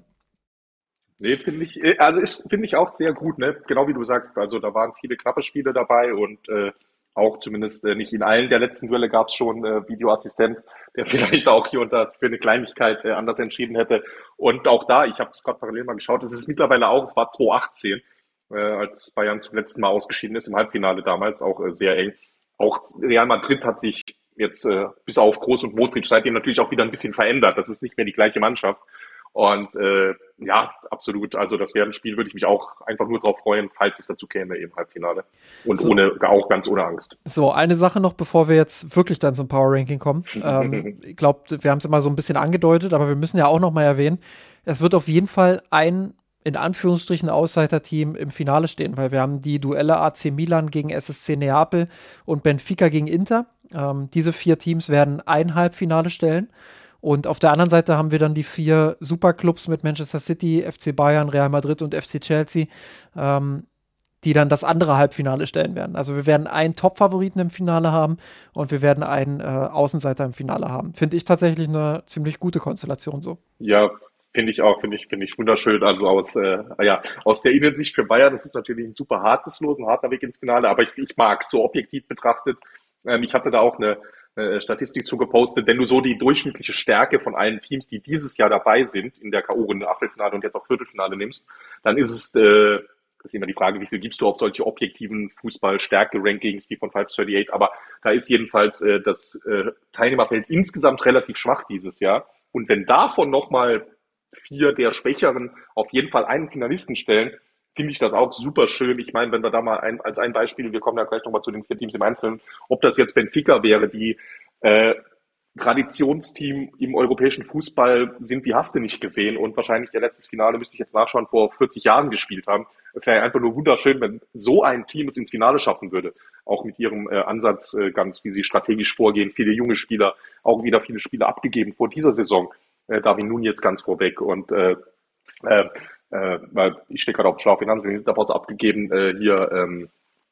Nee, finde ich, also ist, finde ich auch sehr gut, ne? Genau wie du sagst, also da waren viele knappe Spiele dabei und äh, auch zumindest äh, nicht in allen der letzten Duelle gab es schon äh, Videoassistent, der vielleicht auch hier und da für eine Kleinigkeit äh, anders entschieden hätte. Und auch da, ich habe es gerade parallel mal geschaut, es ist mittlerweile auch, es war zwanzig achtzehn, äh, als Bayern zum letzten Mal ausgeschieden ist, im Halbfinale damals, auch äh, sehr eng. Auch Real Madrid hat sich jetzt äh, bis auf Kroos und Modric seitdem natürlich auch wieder ein bisschen verändert. Das ist nicht mehr die gleiche Mannschaft. Und äh, ja, absolut. Also das wäre ein Spiel, würde ich mich auch einfach nur drauf freuen, falls es dazu käme im Halbfinale. Und so, ohne, auch ganz ohne Angst. So, eine Sache noch, bevor wir jetzt wirklich dann zum Power Ranking kommen. ähm, ich glaube, wir haben es immer so ein bisschen angedeutet, aber wir müssen ja auch noch mal erwähnen, es wird auf jeden Fall ein, in Anführungsstrichen, Außenseiter-Team im Finale stehen, weil wir haben die Duelle A C Milan gegen S S C Neapel und Benfica gegen Inter. Ähm, diese vier Teams werden ein Halbfinale stellen. Und auf der anderen Seite haben wir dann die vier Superclubs mit Manchester City, F C Bayern, Real Madrid und F C Chelsea, ähm, die dann das andere Halbfinale stellen werden. Also wir werden einen Top-Favoriten im Finale haben und wir werden einen äh, Außenseiter im Finale haben. Finde ich tatsächlich eine ziemlich gute Konstellation so. Ja, finde ich auch, finde ich, finde ich wunderschön. Also aus, äh, ja, aus der Innensicht für Bayern, das ist natürlich ein super hartes Los, ein harter Weg ins Finale, aber ich, ich mag es so objektiv betrachtet. Ähm, ich hatte da auch eine Statistik zu gepostet, wenn du so die durchschnittliche Stärke von allen Teams, die dieses Jahr dabei sind, in der K O-Runde, Achtelfinale und jetzt auch Viertelfinale nimmst, dann ist es, äh, das ist immer die Frage, wie viel gibst du auf solche objektiven Fußball-Stärke-Rankings, die von five thirty-eight, aber da ist jedenfalls äh, das äh, Teilnehmerfeld insgesamt relativ schwach dieses Jahr. Und wenn davon nochmal vier der Schwächeren auf jeden Fall einen Finalisten stellen, finde ich das auch super schön. Ich meine, wenn wir da mal ein, als ein Beispiel, wir kommen ja gleich nochmal zu den vier Teams im Einzelnen, ob das jetzt Benfica wäre, die äh, Traditionsteam im europäischen Fußball sind, wie hast du nicht gesehen und wahrscheinlich ihr letztes Finale, müsste ich jetzt nachschauen, vor vierzig Jahren gespielt haben. Es wäre einfach nur wunderschön, wenn so ein Team es ins Finale schaffen würde. Auch mit ihrem äh, Ansatz, äh, ganz wie sie strategisch vorgehen, viele junge Spieler, auch wieder viele Spieler abgegeben vor dieser Saison. Äh, Darwin Núñez ganz vorweg und äh, äh, Äh, weil ich stehe gerade auf dem Schlauch, den haben sie in der Pause abgegeben. Äh, hier, ähm,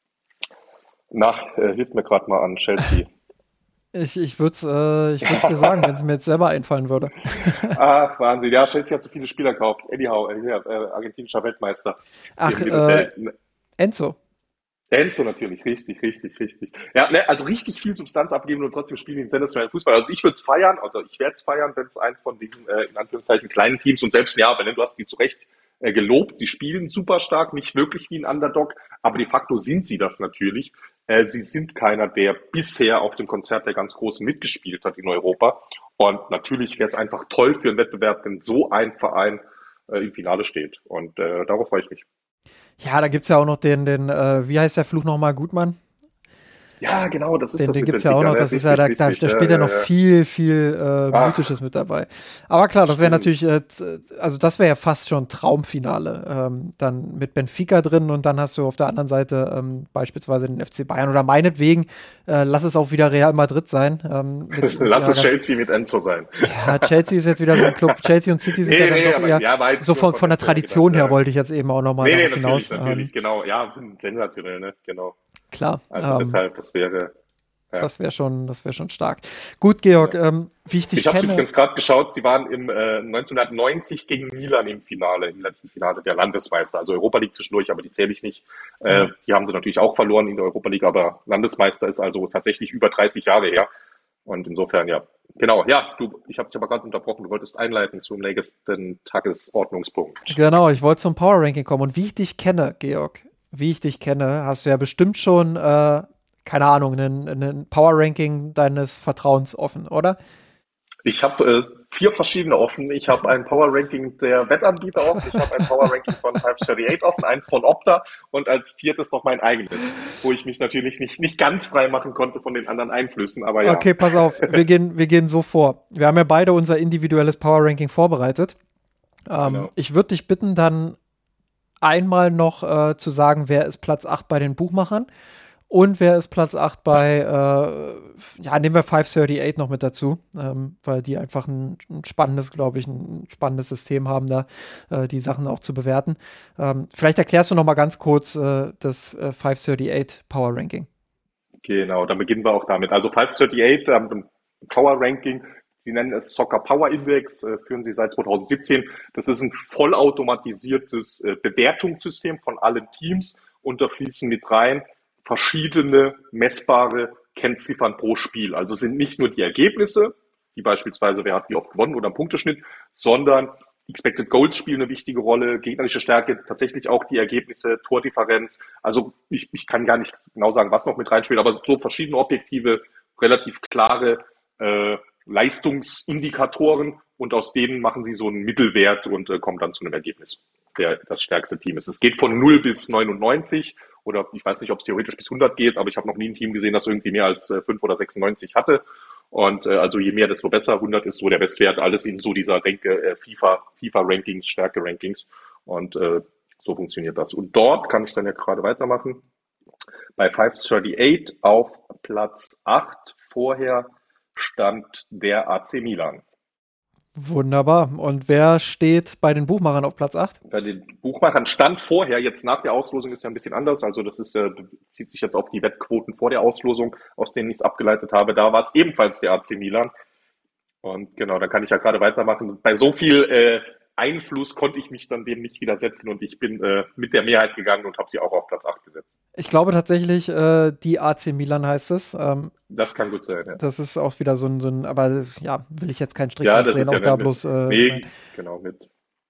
na, äh, hilft mir gerade mal an, Chelsea. Ich, ich würde es äh, ich würd's dir sagen, wenn es mir jetzt selber einfallen würde. Ach, Wahnsinn. Ja, Chelsea hat so viele Spieler gekauft. Anyhow, äh, hier, äh, argentinischer Weltmeister. Ach, äh, Enzo. Enzo natürlich, richtig, richtig, richtig. Ja, ne, also richtig viel Substanz abgeben und trotzdem spielen die einen sensationellen Fußball. Also ich würde es feiern, also ich werde es feiern, wenn es eins von diesen, äh, in Anführungszeichen, kleinen Teams und selbst ja, wenn du hast die zu Recht äh, gelobt, sie spielen super stark, nicht wirklich wie ein Underdog, aber de facto sind sie das natürlich. Äh, sie sind keiner, der bisher auf dem Konzert der ganz Großen mitgespielt hat in Europa. Und natürlich wäre es einfach toll für einen Wettbewerb, wenn so ein Verein äh, im Finale steht. Und äh, darauf freue ich mich. Ja, da gibt es ja auch noch den, den äh, wie heißt der Fluch nochmal, Gutmann? Ja, genau, das ist Den, das den mit gibt es ja auch Benfica, noch, ne? das ist ja, da, Richtig, da, richtig. da Ja, spielt ja ja, noch ja. viel, viel äh, Ah, Mythisches mit dabei. Aber klar, das wäre stimmt. natürlich, äh, z- also das wäre ja fast schon Traumfinale. Ähm, dann mit Benfica drin und dann hast du auf der anderen Seite ähm, beispielsweise den F C Bayern oder meinetwegen, äh, lass es auch wieder Real Madrid sein. Ähm, mit, mit Lass ihrer es ganzen, Chelsea mit Enzo sein. ja, Chelsea ist jetzt wieder so ein Club. Chelsea und City sind ja Nee, dann nee, doch aber eher ja, war jetzt so nur von, von von der Enzo her gedacht. Tradition her Ja. wollte ich jetzt eben auch nochmal Nee, nee, darauf natürlich, hinaus. natürlich, Ähm, genau. Ja, sensationell, ne? Genau. klar. Also Ähm, deshalb, das wäre, ja. Das wäre schon, das wäre schon stark. Gut, Georg, Ja. ähm, wie ich dich Ich habe kenne, übrigens gerade geschaut, sie waren im äh, neunzehnhundertneunzig gegen Milan im Finale, im letzten Finale der Landesmeister. Also Europa League zwischendurch, aber die zähle ich nicht. Äh, ja, die haben sie natürlich auch verloren in der Europa League, aber Landesmeister ist also tatsächlich über dreißig Jahre her. Und insofern, ja. Genau, ja, du, ich habe dich aber gerade unterbrochen, du wolltest einleiten zum nächsten Tagesordnungspunkt. genau, ich wollte zum Power Ranking kommen. Und wie ich dich kenne, Georg, wie ich dich kenne, hast du ja bestimmt schon, äh, keine Ahnung, einen, einen Power Ranking deines Vertrauens offen, oder? Ich habe äh, vier verschiedene offen. Ich habe ein Power Ranking der Wettanbieter offen. Ich habe ein Power Ranking von five thirty-eight offen, eins von Opta und als viertes noch mein eigenes, wo ich mich natürlich nicht, nicht ganz frei machen konnte von den anderen Einflüssen, aber ja. Okay, pass auf, wir gehen, wir gehen so vor. Wir haben ja beide unser individuelles Power Ranking vorbereitet. Ähm, Genau. ich würde dich bitten, dann einmal noch äh, zu sagen, wer ist Platz acht bei den Buchmachern und wer ist Platz acht bei, äh, ja, nehmen wir five thirty-eight noch mit dazu, ähm, weil die einfach ein, ein spannendes, glaube ich, ein spannendes System haben, da äh, die Sachen auch zu bewerten. Ähm, vielleicht erklärst du noch mal ganz kurz äh, das äh, five thirty-eight Power Ranking. Genau, dann beginnen wir auch damit. Also five thirty-eight, ähm, ein Power Ranking, Sie nennen es Soccer Power Index, äh, führen Sie seit zwanzig siebzehn. Das ist ein vollautomatisiertes äh, Bewertungssystem von allen Teams und da fließen mit rein verschiedene messbare Kennziffern pro Spiel. Also es sind nicht nur die Ergebnisse, wie beispielsweise wer hat wie oft gewonnen oder ein Punkteschnitt, sondern Expected Goals spielen eine wichtige Rolle, gegnerische Stärke, tatsächlich auch die Ergebnisse, Tordifferenz. Also ich, ich kann gar nicht genau sagen, was noch mit reinspielt, aber so verschiedene objektive, relativ klare äh, Leistungsindikatoren und aus denen machen sie so einen Mittelwert und äh, kommen dann zu einem Ergebnis, der das stärkste Team ist. Es geht von null bis neunundneunzig oder ich weiß nicht, ob es theoretisch bis hundert geht, aber ich habe noch nie ein Team gesehen, das irgendwie mehr als äh, fünf oder sechsundneunzig hatte. Und äh, also je mehr, desto besser. hundert ist so der Bestwert. Alles in so dieser Denke äh, FIFA, FIFA-Rankings, Stärke-Rankings. Und äh, so funktioniert das. Und dort kann ich dann ja gerade weitermachen. Bei five thirty-eight auf Platz acht vorher stand der A C Milan. Wunderbar. Und wer steht bei den Buchmachern auf Platz acht? Bei den Buchmachern stand vorher, jetzt nach der Auslosung ist ja ein bisschen anders, also das ist, äh, bezieht sich jetzt auf die Wettquoten vor der Auslosung, aus denen ich es abgeleitet habe, da war es ebenfalls der A C Milan. Und genau, dann kann ich ja gerade weitermachen. Bei so viel äh, Einfluss konnte ich mich dann dem nicht widersetzen und ich bin äh, mit der Mehrheit gegangen und habe sie auch auf Platz acht gesetzt. Ich glaube tatsächlich, äh, die A C Milan heißt es. Ähm, Das kann gut sein, ja. Das ist auch wieder so ein, so ein, aber ja, will ich jetzt keinen Strick Ja, draus das sehen, ist auch ja da mit, bloß. Äh, nee, mein- genau, mit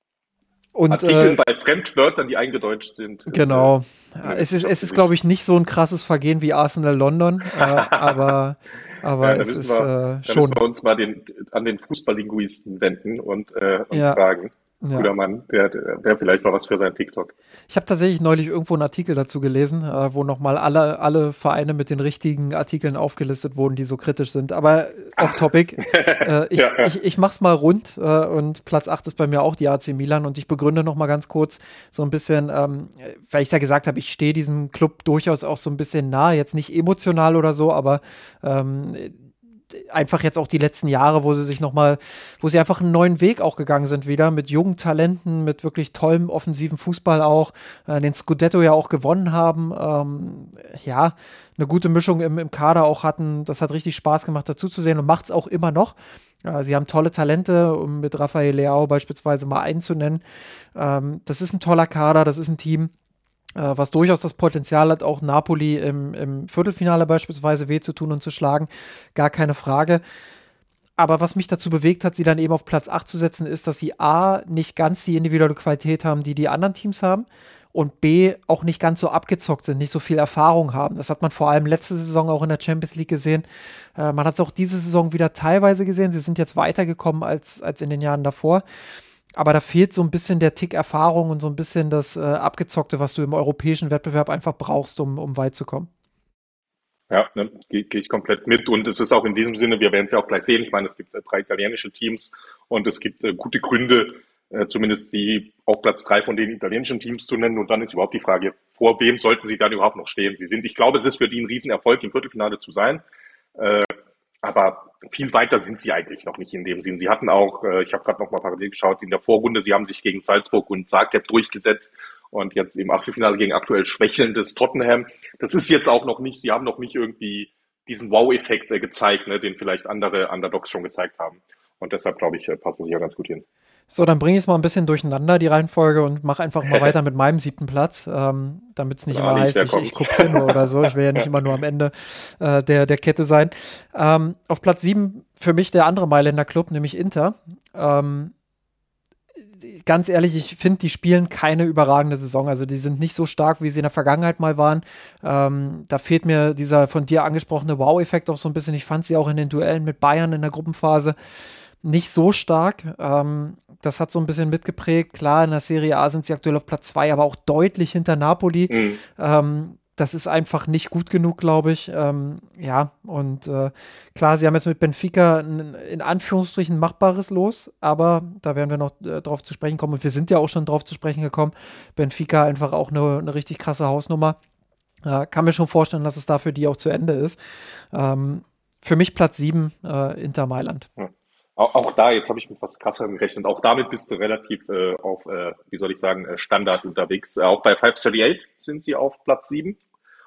und Artikeln äh, bei Fremdwörtern, die eingedeutscht sind. ist, genau. äh, Ja, es ist, schon es ist, ziemlich- glaube ich, nicht so ein krasses Vergehen wie Arsenal London, äh, aber, aber Ja, da es müssen ist wir, äh, da schon. müssen wir uns mal den, an den Fußballlinguisten wenden und, äh, und Ja. fragen. Ja. Guter Mann, der, der, der vielleicht mal was für sein TikTok. Ich habe tatsächlich neulich irgendwo einen Artikel dazu gelesen, äh, wo nochmal alle, alle Vereine mit den richtigen Artikeln aufgelistet wurden, die so kritisch sind. Aber off-topic. äh, ich, Ja. ich, ich mach's mal rund äh, und Platz acht ist bei mir auch die A C Milan und ich begründe nochmal ganz kurz so ein bisschen, ähm, weil ich ja gesagt habe, ich stehe diesem Club durchaus auch so ein bisschen nahe, jetzt nicht emotional oder so, aber ähm, einfach jetzt auch die letzten Jahre, wo sie sich nochmal, wo sie einfach einen neuen Weg auch gegangen sind wieder, mit jungen Talenten, mit wirklich tollem offensiven Fußball auch, äh, den Scudetto ja auch gewonnen haben, ähm, ja, eine gute Mischung im, im Kader auch hatten, das hat richtig Spaß gemacht dazu zu sehen und macht es auch immer noch. Äh, sie haben tolle Talente, um mit Rafael Leao beispielsweise mal einen zu nennen. Ähm, das ist ein toller Kader, das ist ein Team, was durchaus das Potenzial hat, auch Napoli im, im Viertelfinale beispielsweise weh zu tun und zu schlagen, gar keine Frage. Aber was mich dazu bewegt hat, sie dann eben auf Platz acht zu setzen, ist, dass sie A, nicht ganz die individuelle Qualität haben, die die anderen Teams haben und B, auch nicht ganz so abgezockt sind, nicht so viel Erfahrung haben. Das hat man vor allem letzte Saison auch in der Champions League gesehen. Äh, man hat es auch diese Saison wieder teilweise gesehen. Sie sind jetzt weitergekommen als, als in den Jahren davor. Aber da fehlt so ein bisschen der Tick Erfahrung und so ein bisschen das äh, Abgezockte, was du im europäischen Wettbewerb einfach brauchst, um, um weit zu kommen. Ja, ne, gehe geh ich komplett mit. Und es ist auch in diesem Sinne, wir werden es ja auch gleich sehen. Ich meine, es gibt äh, drei italienische Teams und es gibt äh, gute Gründe, äh, zumindest sie auf Platz drei von den italienischen Teams zu nennen. Und dann ist überhaupt die Frage, vor wem sollten sie dann überhaupt noch stehen? Sie sind, ich glaube, es ist für die ein Riesenerfolg, im Viertelfinale zu sein. Äh, aber viel weiter sind sie eigentlich noch nicht in dem Sinn. Sie hatten auch, äh, ich habe gerade noch mal parallel geschaut, in der Vorrunde, sie haben sich gegen Salzburg und Zagreb durchgesetzt und jetzt im Achtelfinale gegen aktuell schwächelndes Tottenham. Das ist jetzt auch noch nicht, sie haben noch nicht irgendwie diesen Wow-Effekt äh, gezeigt, ne, den vielleicht andere Underdogs schon gezeigt haben. Und deshalb, glaube ich, äh, passen sie ja ganz gut hin. So, dann bringe ich es mal ein bisschen durcheinander, die Reihenfolge, und mache einfach mal weiter mit meinem siebten Platz, ähm, damit es nicht Ja, immer nicht, heißt, der ich, kommt. ich kopiere nur oder so. Ich will ja nicht immer nur am Ende äh, der, der Kette sein. Ähm, auf Platz sieben für mich der andere Mailänder Club, nämlich Inter. Ähm, ganz ehrlich, ich finde, die spielen keine überragende Saison. Also die sind nicht so stark, wie sie in der Vergangenheit mal waren. Ähm, da fehlt mir dieser von dir angesprochene Wow-Effekt auch so ein bisschen. Ich fand sie auch in den Duellen mit Bayern in der Gruppenphase nicht so stark. Ähm, das hat so ein bisschen mitgeprägt. Klar, in der Serie A sind sie aktuell auf Platz zwei, aber auch deutlich hinter Napoli. Mhm. Ähm, das ist einfach nicht gut genug, glaube ich. Ähm, ja, und äh, klar, sie haben jetzt mit Benfica ein in Anführungsstrichen machbares Los, aber da werden wir noch äh, drauf zu sprechen kommen. Und wir sind ja auch schon drauf zu sprechen gekommen. Benfica einfach auch eine, eine richtig krasse Hausnummer. Äh, kann mir schon vorstellen, dass es da für die auch zu Ende ist. Ähm, für mich Platz sieben, äh, Inter Mailand. Ja. Auch, auch da, jetzt habe ich mit was krasserem gerechnet, auch damit bist du relativ äh, auf, äh, wie soll ich sagen, äh, Standard unterwegs. Äh, auch bei five thirty-eight sind sie auf Platz sieben.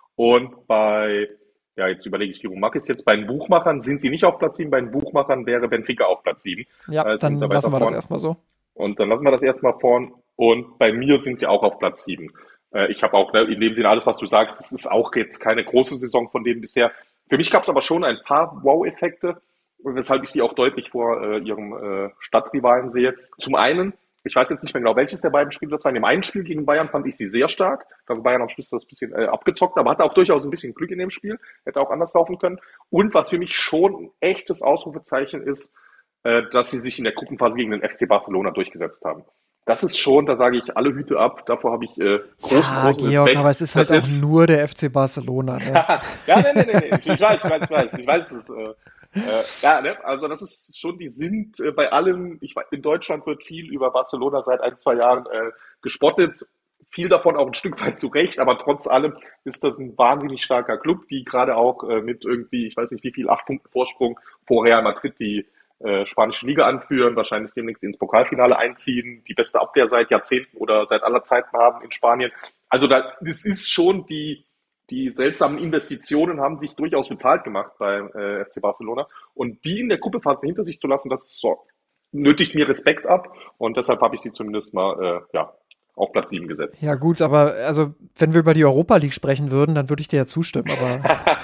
Und bei, ja, jetzt überlege ich, wie rum mag es jetzt, bei den Buchmachern sind sie nicht auf Platz sieben, bei den Buchmachern wäre Benfica auf Platz sieben. Ja, Äh, sind dann da weiter lassen wir das vorn. erstmal so. Und dann lassen wir das erstmal vorn. Und bei mir sind sie auch auf Platz sieben. Äh, ich habe auch, ne, in dem Sinne alles, was du sagst, es ist auch jetzt keine große Saison von denen bisher. Für mich gab es aber schon ein paar Wow-Effekte, weshalb ich sie auch deutlich vor äh, ihrem äh, Stadtrivalen sehe. Zum einen, ich weiß jetzt nicht mehr genau, welches der beiden Spiele das war. In dem einen Spiel gegen Bayern fand ich sie sehr stark. Da war Bayern am Schluss das ein bisschen äh, abgezockt, aber hatte auch durchaus ein bisschen Glück in dem Spiel. Hätte auch anders laufen können. Und was für mich schon ein echtes Ausrufezeichen ist, äh, dass sie sich in der Gruppenphase gegen den F C Barcelona durchgesetzt haben. Das ist schon, da sage ich alle Hüte ab. Davor habe ich äh, großen, Ja, großen Georg, Respekt. aber es ist halt Das auch ist, nur der F C Barcelona. Ne? ja, nee, nee, nee, nee. Ich, ich weiß, ich weiß, ich weiß. Ich weiß es. Äh, äh, ja, ne? Also das ist schon, die sind äh, bei allem, ich, weiß, in Deutschland wird viel über Barcelona seit ein, zwei Jahren äh, gespottet. Viel davon auch ein Stück weit zu Recht, aber trotz allem ist das ein wahnsinnig starker Club, die gerade auch äh, mit irgendwie, ich weiß nicht wie viel, acht Punkten Vorsprung vor Real Madrid die äh, spanische Liga anführen, wahrscheinlich demnächst ins Pokalfinale einziehen, die beste Abwehr seit Jahrzehnten oder seit aller Zeiten haben in Spanien. Also da, das ist schon die, die seltsamen Investitionen haben sich durchaus bezahlt gemacht beim äh, F C Barcelona. Und die in der Gruppephase hinter sich zu lassen, das so, nötigt mir Respekt ab. Und deshalb habe ich sie zumindest mal äh, ja, auf Platz sieben gesetzt. Ja gut, aber also wenn wir über die Europa League sprechen würden, dann würde ich dir ja zustimmen. Aber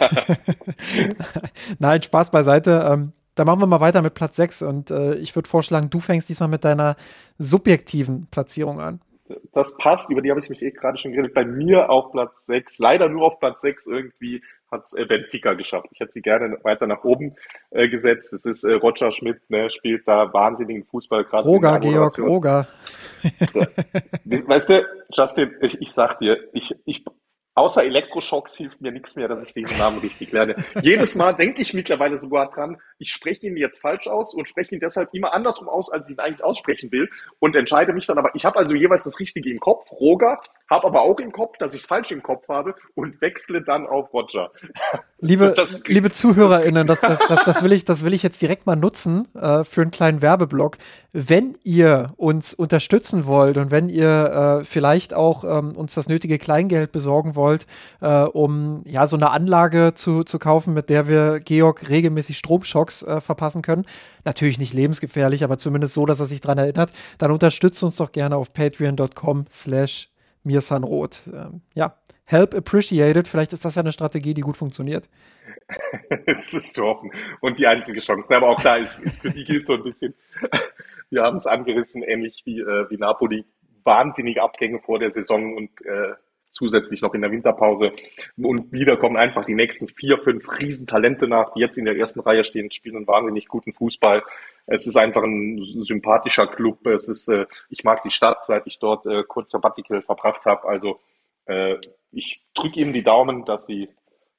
nein, Spaß beiseite. Ähm, dann machen wir mal weiter mit Platz sechs. Und äh, ich würde vorschlagen, du fängst diesmal mit deiner subjektiven Platzierung an. Das passt, über die habe ich mich eh gerade schon geredet. Bei mir auf Platz sechs, leider nur auf Platz sechs irgendwie hat es äh, Benfica geschafft. Ich hätte sie gerne weiter nach oben äh, gesetzt. Das ist äh, Roger Schmidt, ne, spielt da wahnsinnigen Fußball gerade. Roger, Georg, Roger. Ja. Weißt du, Justin, ich, ich sag dir, ich, ich, außer Elektroschocks hilft mir nichts mehr, dass ich diesen Namen richtig lerne. Jedes Mal denke ich mittlerweile sogar dran, ich spreche ihn jetzt falsch aus und spreche ihn deshalb immer andersrum aus, als ich ihn eigentlich aussprechen will und entscheide mich dann aber, ich habe also jeweils das Richtige im Kopf, Roger, habe aber auch im Kopf, dass ich es falsch im Kopf habe und wechsle dann auf Roger. Liebe, Das- liebe ZuhörerInnen, das, das, das, das, will ich, das will ich jetzt direkt mal nutzen äh, für einen kleinen Werbeblock. Wenn ihr uns unterstützen wollt und wenn ihr äh, vielleicht auch ähm, uns das nötige Kleingeld besorgen wollt, äh, um ja so eine Anlage zu, zu kaufen, mit der wir Georg regelmäßig Stromschocks äh, verpassen können, natürlich nicht lebensgefährlich, aber zumindest so, dass er sich dran erinnert, dann unterstützt uns doch gerne auf patreon.com slash mirsanroth. Ähm, ja, help appreciated. Vielleicht ist das ja eine Strategie, die gut funktioniert. Es ist zu hoffen. Und die einzige Chance. Aber auch da ist, ist für die gilt so ein bisschen, wir haben es angerissen, ähnlich wie, äh, wie Napoli, wahnsinnige Abgänge vor der Saison und äh, zusätzlich noch in der Winterpause. Und wieder kommen einfach die nächsten vier, fünf Riesentalente nach, die jetzt in der ersten Reihe stehen, spielen einen wahnsinnig guten Fußball. Es ist einfach ein sympathischer Club. Es ist, äh, ich mag die Stadt, seit ich dort äh, kurz Sabbatical verbracht habe. Also äh, ich drücke ihm die Daumen, dass sie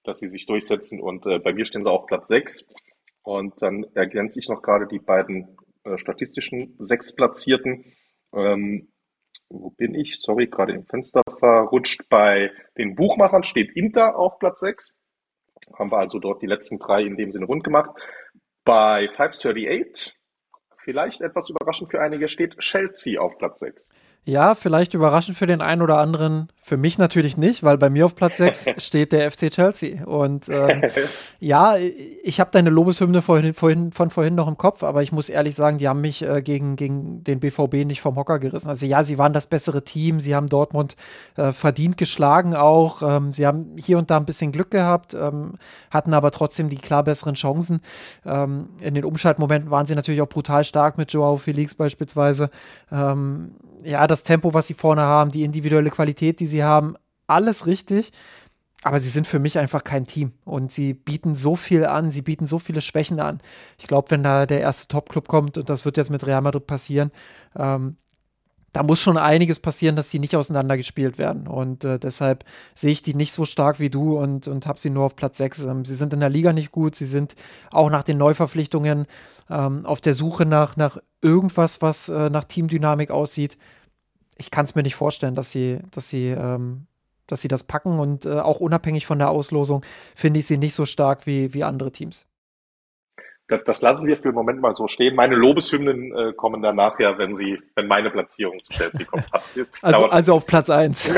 dass sie sich durchsetzen. Und äh, bei mir stehen sie auf Platz sechs. Und dann ergänze ich noch gerade die beiden äh, statistischen Sechstplatzierten. Ähm, wo bin ich? Sorry, gerade im Fenster verrutscht. Bei den Buchmachern steht Inter auf Platz sechs. Haben wir also dort die letzten drei in dem Sinne rund gemacht. Bei five thirty-eight, vielleicht etwas überraschend für einige, steht Chelsea auf Platz sechs. Ja, vielleicht überraschend für den einen oder anderen, für mich natürlich nicht, weil bei mir auf Platz sechs steht der F C Chelsea. Und ähm, ja, ich habe deine Lobeshymne vorhin, vorhin, von vorhin noch im Kopf, aber ich muss ehrlich sagen, die haben mich äh, gegen, gegen den B V B nicht vom Hocker gerissen. Also ja, sie waren das bessere Team, sie haben Dortmund äh, verdient geschlagen auch, ähm, sie haben hier und da ein bisschen Glück gehabt, ähm, hatten aber trotzdem die klar besseren Chancen. Ähm, in den Umschaltmomenten waren sie natürlich auch brutal stark mit Joao Felix beispielsweise. Ähm, ja, das Tempo, was sie vorne haben, die individuelle Qualität, die sie haben, alles richtig. Aber sie sind für mich einfach kein Team. Und sie bieten so viel an, sie bieten so viele Schwächen an. Ich glaube, wenn da der erste Top-Club kommt, und das wird jetzt mit Real Madrid passieren, ähm, da muss schon einiges passieren, dass sie nicht auseinandergespielt werden. Und äh, deshalb sehe ich die nicht so stark wie du und, und habe sie nur auf Platz sechs. Ähm, sie sind in der Liga nicht gut. Sie sind auch nach den Neuverpflichtungen ähm, auf der Suche nach, nach irgendwas, was äh, nach Teamdynamik aussieht. Ich kann es mir nicht vorstellen, dass sie, dass sie, ähm, dass sie das packen. Und äh, auch unabhängig von der Auslosung finde ich sie nicht so stark wie, wie andere Teams. Das, das lassen wir für den Moment mal so stehen. Meine Lobeshymnen äh, kommen dann nachher, wenn sie, wenn meine Platzierung zu Chelsea kommt. Also, also auf Platz eins.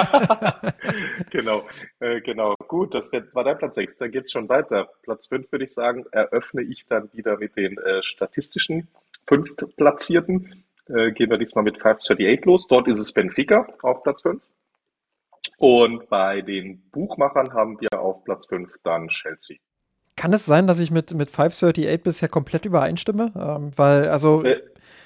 Genau, äh, genau. Gut, das war dein Platz sechs. Dann geht's schon weiter. Platz fünf würde ich sagen, eröffne ich dann wieder mit den äh, statistischen Fünftplatzierten. Äh, gehen wir diesmal mit five thirty-eight los. Dort ist es Benfica auf Platz fünf. Und bei den Buchmachern haben wir auf Platz fünf dann Chelsea. Kann es sein, dass ich mit, mit five thirty-eight bisher komplett übereinstimme? Ähm, weil, also, äh,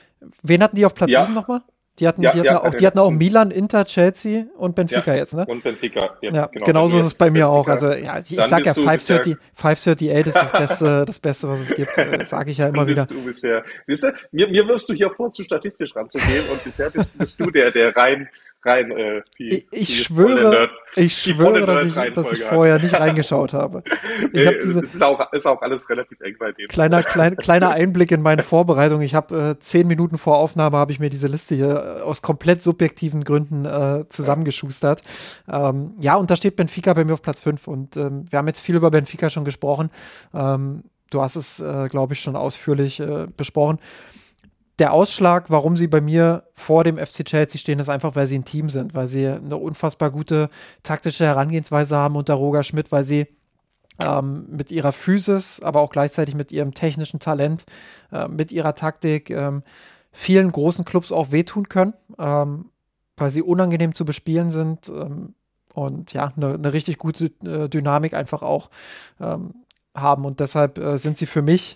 wen hatten die auf Platz ja. sieben nochmal? Die hatten, ja, die hatten, ja, auch, die hatten auch Milan, Inter, Chelsea und Benfica ja, jetzt, ne? Und Benfica, jetzt, ja. Genau, Genauso ist es bei mir Benfica. auch. Also, ja, ich, ich sag ja, five thirty-eight ist das Beste, das Beste, was es gibt. Das sage ich ja immer wieder. Du bisher, siehst du, mir, mir wirfst du hier vor, zu statistisch ranzugehen und bisher bist, bist du der, der rein, rein, äh, die, Ich, ich die schwöre, Nerd, ich schwöre, dass ich, dass ich vorher nicht reingeschaut habe. Ich hab diese, es ist auch, ist auch alles relativ eng bei denen. Kleiner, klein, kleiner Einblick in meine Vorbereitung. Ich habe äh, zehn Minuten vor Aufnahme habe ich mir diese Liste hier äh, aus komplett subjektiven Gründen äh, zusammengeschustert. Ja. Ähm, ja, und da steht Benfica bei mir auf Platz fünf. Und ähm, wir haben jetzt viel über Benfica schon gesprochen. Ähm, du hast es, äh, glaube ich, schon ausführlich äh, besprochen. Der Ausschlag, warum sie bei mir vor dem F C Chelsea stehen, ist einfach, weil sie ein Team sind, weil sie eine unfassbar gute taktische Herangehensweise haben unter Roger Schmidt, weil sie ähm, mit ihrer Physis, aber auch gleichzeitig mit ihrem technischen Talent, äh, mit ihrer Taktik ähm, vielen großen Clubs auch wehtun können, ähm, weil sie unangenehm zu bespielen sind ähm, und ja, eine ne richtig gute äh, Dynamik einfach auch ähm, haben. Und deshalb äh, sind sie für mich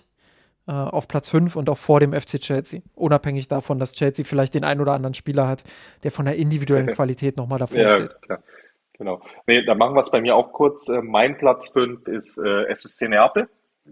auf Platz fünf und auch vor dem F C Chelsea. Unabhängig davon, dass Chelsea vielleicht den einen oder anderen Spieler hat, der von der individuellen Qualität nochmal davor ja, steht. Klar. Genau. Nee, dann machen wir es bei mir auch kurz. Mein Platz fünf ist äh, S S C Neapel.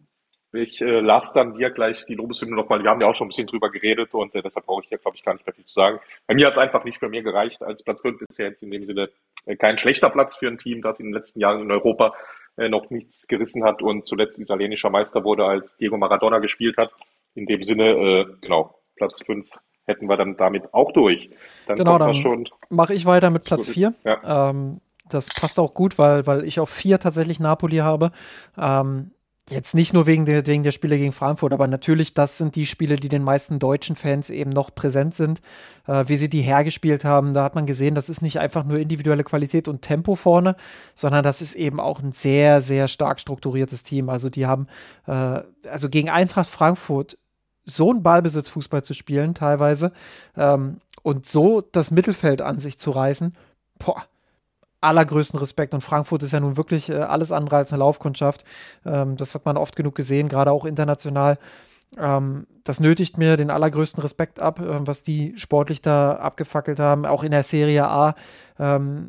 Ich äh, las dann dir gleich die Lobeshymne nochmal. Wir haben ja auch schon ein bisschen drüber geredet und äh, deshalb brauche ich hier, glaube ich, gar nicht mehr viel zu sagen. Bei mir hat es einfach nicht für mir gereicht. Als Platz fünf ist ja jetzt in dem Sinne äh, kein schlechter Platz für ein Team, das in den letzten Jahren in Europa äh, noch nichts gerissen hat und zuletzt italienischer Meister wurde, als Diego Maradona gespielt hat. In dem Sinne, äh, genau, Platz fünf hätten wir dann damit auch durch. Dann genau, dann mache ich weiter mit Platz vier. Ja. Ähm, das passt auch gut, weil, weil ich auf vier tatsächlich Napoli habe. Ähm, Jetzt nicht nur wegen der, wegen der Spiele gegen Frankfurt, aber natürlich, das sind die Spiele, die den meisten deutschen Fans eben noch präsent sind, äh, wie sie die hergespielt haben. Da hat man gesehen, das ist nicht einfach nur individuelle Qualität und Tempo vorne, sondern das ist eben auch ein sehr, sehr stark strukturiertes Team. Also die haben, äh, also gegen Eintracht Frankfurt so einen Ballbesitzfußball zu spielen teilweise ähm, und so das Mittelfeld an sich zu reißen, boah, allergrößten Respekt. Und Frankfurt ist ja nun wirklich äh, alles andere als eine Laufkundschaft. Ähm, das hat man oft genug gesehen, gerade auch international. Ähm, das nötigt mir den allergrößten Respekt ab, äh, was die sportlich da abgefackelt haben. Auch in der Serie A, ähm,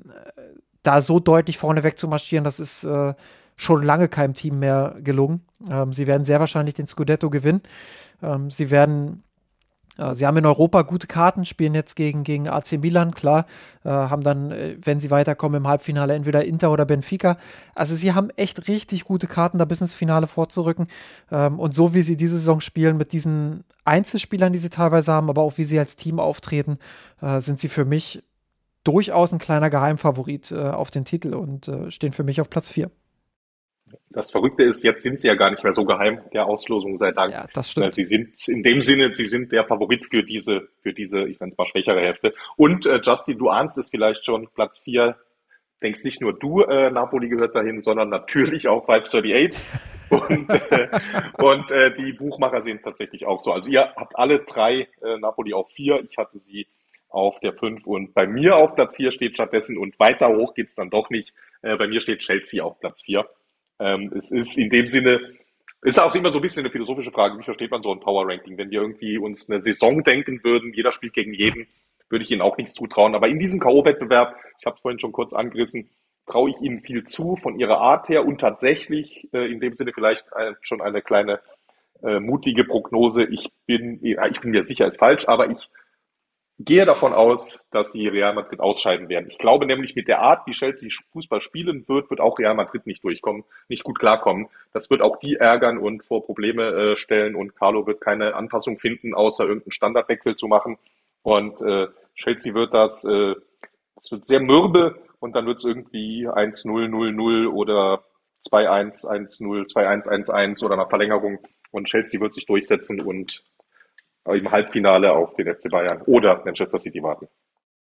da so deutlich vorneweg zu marschieren, das ist äh, schon lange keinem Team mehr gelungen. Ähm, sie werden sehr wahrscheinlich den Scudetto gewinnen. Ähm, sie werden Äh, sie haben in Europa gute Karten, spielen jetzt gegen, gegen A C Milan, klar, äh, haben dann, äh, wenn sie weiterkommen im Halbfinale, entweder Inter oder Benfica. Also sie haben echt richtig gute Karten, da bis ins Finale vorzurücken. Ähm, und so wie sie diese Saison spielen, mit diesen Einzelspielern, die sie teilweise haben, aber auch wie sie als Team auftreten, äh, sind sie für mich durchaus ein kleiner Geheimfavorit äh, auf den Titel und äh, stehen für mich auf Platz vier. Das Verrückte ist, jetzt sind sie ja gar nicht mehr so geheim, der Auslosung sei Dank. Ja, das Weil stimmt. sie sind in dem Sinne, sie sind der Favorit für diese, für diese, ich nenne es mal schwächere Hälfte. Und äh, Justin, du ahnst es vielleicht schon, Platz vier, denkst nicht nur du, äh, Napoli gehört dahin, sondern natürlich auch fünfhundertachtunddreißig. Und, äh, und äh, die Buchmacher sehen es tatsächlich auch so. Also ihr habt alle drei äh, Napoli auf vier, ich hatte sie auf der fünf und bei mir auf Platz vier steht stattdessen und weiter hoch geht's dann doch nicht. Äh, bei mir steht Chelsea auf Platz vier. Ähm, es ist in dem Sinne, ist auch immer so ein bisschen eine philosophische Frage, wie versteht man so ein Power-Ranking? Wenn wir irgendwie uns eine Saison denken würden, jeder spielt gegen jeden, würde ich ihnen auch nichts zutrauen. Aber in diesem K O-Wettbewerb, ich habe es vorhin schon kurz angerissen, traue ich ihnen viel zu von ihrer Art her und tatsächlich äh, in dem Sinne vielleicht ein, schon eine kleine äh, mutige Prognose. Ich bin, ja, ich bin mir sicher, ist falsch, aber ich gehe davon aus, dass sie Real Madrid ausscheiden werden. Ich glaube nämlich, mit der Art, wie Chelsea Fußball spielen wird, wird auch Real Madrid nicht durchkommen, nicht gut klarkommen. Das wird auch die ärgern und vor Probleme äh, stellen und Carlo wird keine Anpassung finden, außer irgendeinen Standardwechsel zu machen. Und äh, Chelsea wird das, äh, das wird sehr mürbe und dann wird es irgendwie eins null, null null oder zwei eins, eins null, zwei eins, eins eins oder nach Verlängerung und Chelsea wird sich durchsetzen und im Halbfinale auf den F C Bayern oder Manchester City warten.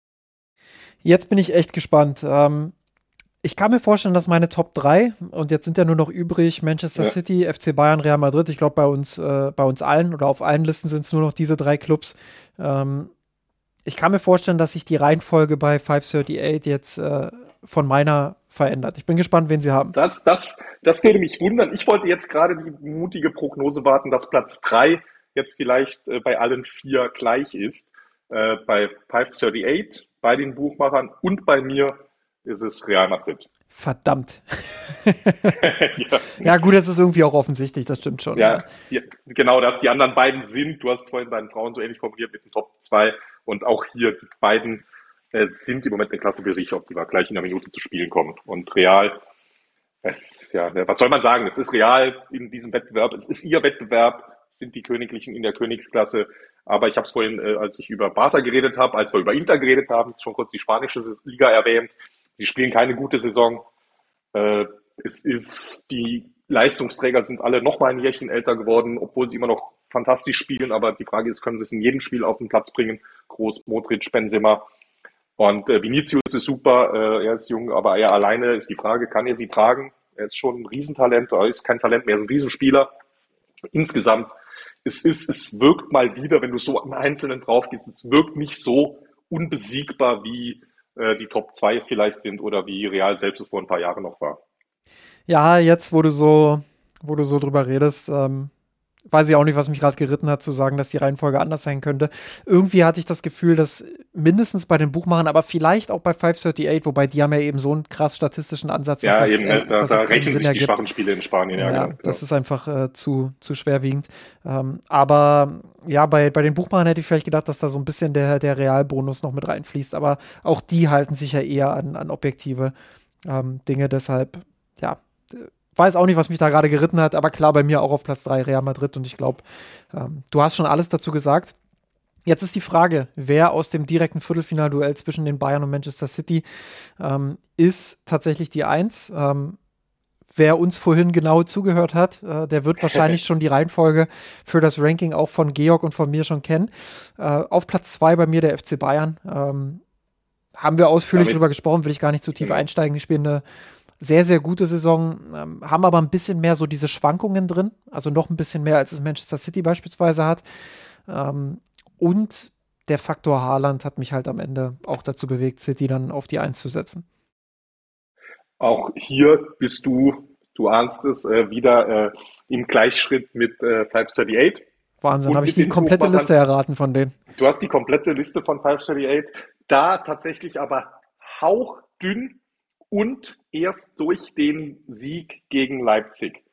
Jetzt bin ich echt gespannt. Ähm, ich kann mir vorstellen, dass meine Top drei, und jetzt sind ja nur noch übrig Manchester Ja. City, F C Bayern, Real Madrid. Ich glaube, bei uns, äh, bei uns allen oder auf allen Listen sind es nur noch diese drei Clubs. Ähm, ich kann mir vorstellen, dass sich die Reihenfolge bei fünfhundertachtunddreißig jetzt äh, von meiner verändert. Ich bin gespannt, wen sie haben. Das, das, das würde mich wundern. Ich wollte jetzt gerade die mutige Prognose warten, dass Platz drei jetzt vielleicht äh, bei allen vier gleich ist. Äh, bei fünfhundertachtunddreißig, bei den Buchmachern und bei mir ist es Real Madrid. Verdammt. ja. Ja, gut, das ist irgendwie auch offensichtlich, das stimmt schon. Ja, die, genau das. Die anderen beiden sind, du hast es vorhin bei den Frauen so ähnlich formuliert mit den Top zwei und auch hier die beiden äh, sind im Moment eine Klasse für sich, auf die wir gleich in einer Minute zu spielen kommen. Und Real, es, ja, was soll man sagen? Es ist Real in diesem Wettbewerb, es ist ihr Wettbewerb, sind die Königlichen in der Königsklasse. Aber ich habe es vorhin, äh, als ich über Barca geredet habe, als wir über Inter geredet haben, schon kurz die spanische Liga erwähnt. Sie spielen keine gute Saison. Äh, es ist, die Leistungsträger sind alle noch mal ein Jährchen älter geworden, obwohl sie immer noch fantastisch spielen. Aber die Frage ist, können sie es in jedem Spiel auf den Platz bringen? Groß, Modric, Benzema. Und äh, Vinicius ist super, äh, er ist jung, aber er alleine ist die Frage, kann er sie tragen? Er ist schon ein Riesentalent, er ist kein Talent mehr, er ist ein Riesenspieler. Insgesamt, es ist, es wirkt mal wieder, wenn du so am Einzelnen drauf gehst, es wirkt nicht so unbesiegbar, wie äh, die Top zwei es vielleicht sind oder wie Real selbst es vor ein paar Jahren noch war. Ja, jetzt, wo du so, wo du so drüber redest, ähm, weiß ich auch nicht, was mich gerade geritten hat, zu sagen, dass die Reihenfolge anders sein könnte. Irgendwie hatte ich das Gefühl, dass mindestens bei den Buchmachern, aber vielleicht auch bei fünfhundertachtunddreißig, wobei die haben ja eben so einen krass statistischen Ansatz, Ja, dass eben, es, äh, da, dass da es keinen rechnen Sinn sich die ergibt. schwachen Spiele in Spanien. Ja, Ja, genau. das ist einfach äh, zu, zu schwerwiegend. Ähm, aber ja, bei, bei den Buchmachern hätte ich vielleicht gedacht, dass da so ein bisschen der, der Realbonus noch mit reinfließt. Aber auch die halten sich ja eher an, an objektive ähm, Dinge. Deshalb, ja, weiß auch nicht, was mich da gerade geritten hat, aber klar, bei mir auch auf Platz drei Real Madrid und ich glaube, ähm, du hast schon alles dazu gesagt. Jetzt ist die Frage, wer aus dem direkten Viertelfinalduell zwischen den Bayern und Manchester City ähm, ist tatsächlich die Eins. Ähm, wer uns vorhin genau zugehört hat, äh, der wird wahrscheinlich schon die Reihenfolge für das Ranking auch von Georg und von mir schon kennen. Äh, auf Platz zwei bei mir der F C Bayern. Ähm, haben wir ausführlich Damit- drüber gesprochen, will ich gar nicht zu tief Genau. einsteigen. Die spielen eine sehr, sehr gute Saison, ähm, haben aber ein bisschen mehr so diese Schwankungen drin, also noch ein bisschen mehr, als es Manchester City beispielsweise hat. Ähm, und der Faktor Haaland hat mich halt am Ende auch dazu bewegt, City dann auf die Eins zu setzen. Auch hier bist du, du ahnst es, äh, wieder äh, im Gleichschritt mit äh, fünfhundertachtunddreißig. Wahnsinn, Und habe ich mit die den komplette Buchmachern- Liste erraten von denen. Du hast die komplette Liste von fünfhundertachtunddreißig, da tatsächlich aber hauchdünn und erst durch den Sieg gegen Leipzig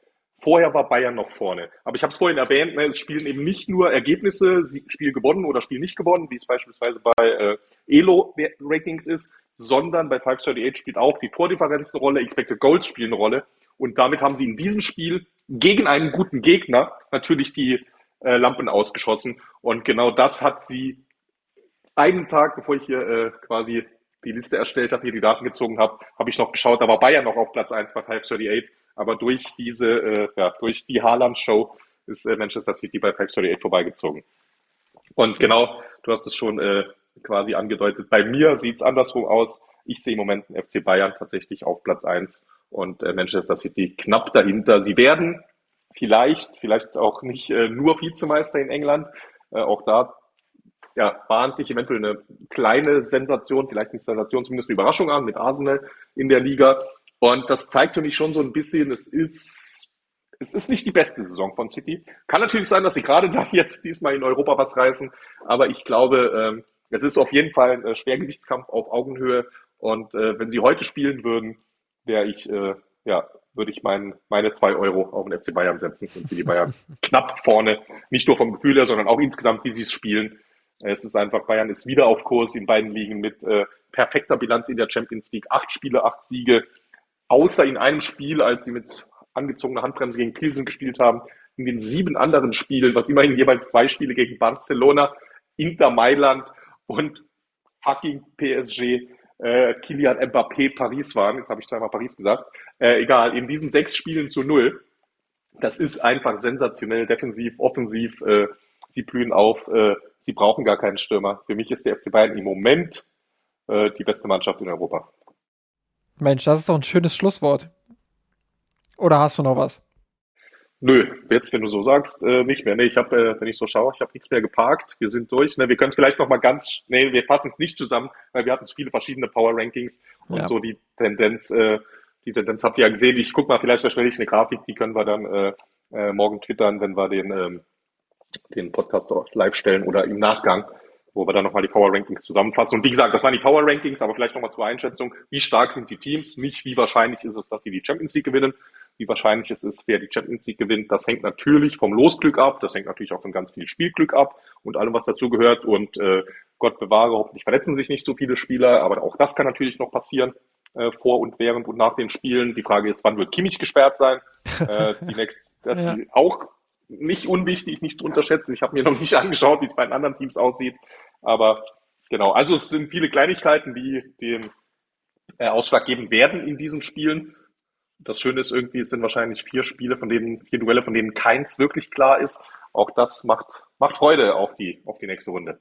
Vorher war Bayern noch vorne. Aber ich habe es vorhin erwähnt, ne, es spielen eben nicht nur Ergebnisse, Spiel gewonnen oder Spiel nicht gewonnen, wie es beispielsweise bei äh, E L O-Rankings ist, sondern bei five thirty-eight spielt auch die Tordifferenz eine Rolle, Expected Goals spielen eine Rolle. Und damit haben sie in diesem Spiel gegen einen guten Gegner natürlich die äh, Lampen ausgeschossen. Und genau das hat sie einen Tag, bevor ich hier äh, quasi die Liste erstellt habe, hier die Daten gezogen habe, habe ich noch geschaut, da war Bayern noch auf Platz eins bei five thirty-eight. Aber durch diese, äh, ja, durch die Haaland-Show ist äh, Manchester City bei five thirty-eight vorbeigezogen. Und genau, du hast es schon äh, quasi angedeutet. Bei mir sieht es andersrum aus. Ich sehe im Moment den F C Bayern tatsächlich auf Platz eins und äh, Manchester City knapp dahinter. Sie werden vielleicht, vielleicht auch nicht äh, nur Vizemeister in England. Äh, auch da ja, bahnt sich eventuell eine kleine Sensation, vielleicht nicht Sensation, zumindest eine Überraschung an mit Arsenal in der Liga. Und das zeigt für mich schon so ein bisschen, es ist, es ist nicht die beste Saison von City. Kann natürlich sein, dass sie gerade da jetzt diesmal in Europa was reißen, aber ich glaube, ähm, es ist auf jeden Fall ein Schwergewichtskampf auf Augenhöhe. Und äh, wenn sie heute spielen würden, wäre ich, äh, ja, würde ich mein, meine zwei Euro auf den F C Bayern setzen und für die Bayern knapp vorne. Nicht nur vom Gefühl her, sondern auch insgesamt, wie sie es spielen. Es ist einfach, Bayern ist wieder auf Kurs in beiden Ligen mit äh, perfekter Bilanz in der Champions League. Acht Spiele, acht Siege. Außer in einem Spiel, als sie mit angezogener Handbremse gegen Pilsen gespielt haben. In den sieben anderen Spielen, was immerhin jeweils zwei Spiele gegen Barcelona, Inter Mailand und fucking P S G, äh, Kylian Mbappé, Paris waren. Jetzt habe ich zweimal Paris gesagt. Äh, egal, in diesen sechs Spielen zu null. Das ist einfach sensationell, defensiv, offensiv. Äh, sie blühen auf. Äh, sie brauchen gar keinen Stürmer. Für mich ist der F C Bayern im Moment äh, die beste Mannschaft in Europa. Mensch, das ist doch ein schönes Schlusswort. Oder hast du noch was? Nö, jetzt, wenn du so sagst, äh, nicht mehr. Nee, ich habe, äh, wenn ich so schaue, ich habe nichts mehr geparkt. Wir sind durch. Ne? Wir können es vielleicht noch mal ganz, nee, wir fassen es nicht zusammen, weil wir hatten so viele verschiedene Power Rankings und ja. so die Tendenz, äh, die Tendenz habt ihr ja gesehen. Ich guck mal, vielleicht erstelle ich eine Grafik, die können wir dann äh, äh, morgen twittern, wenn wir den, ähm, den Podcast live stellen oder im Nachgang, wo wir dann nochmal die Power Rankings zusammenfassen. Und wie gesagt, das waren die Power Rankings, aber vielleicht nochmal zur Einschätzung. Wie stark sind die Teams? Nicht wie wahrscheinlich ist es, dass sie die Champions League gewinnen. Wie wahrscheinlich es ist, wer die Champions League gewinnt. Das hängt natürlich vom Losglück ab. Das hängt natürlich auch von ganz viel Spielglück ab und allem, was dazu gehört. Und äh, Gott bewahre, hoffentlich verletzen sich nicht so viele Spieler. Aber auch das kann natürlich noch passieren, äh, vor und während und nach den Spielen. Die Frage ist, wann wird Kimmich gesperrt sein? äh, die nächste, das ja. ist auch nicht unwichtig, nicht zu unterschätzen. Ich habe mir noch nicht angeschaut, wie es bei den anderen Teams aussieht. Aber genau, also es sind viele Kleinigkeiten, die den äh, Ausschlag geben werden in diesen Spielen. Das Schöne ist irgendwie, es sind wahrscheinlich vier Spiele, von denen, vier Duelle, von denen keins wirklich klar ist. Auch das macht, macht Freude auf die, auf die nächste Runde.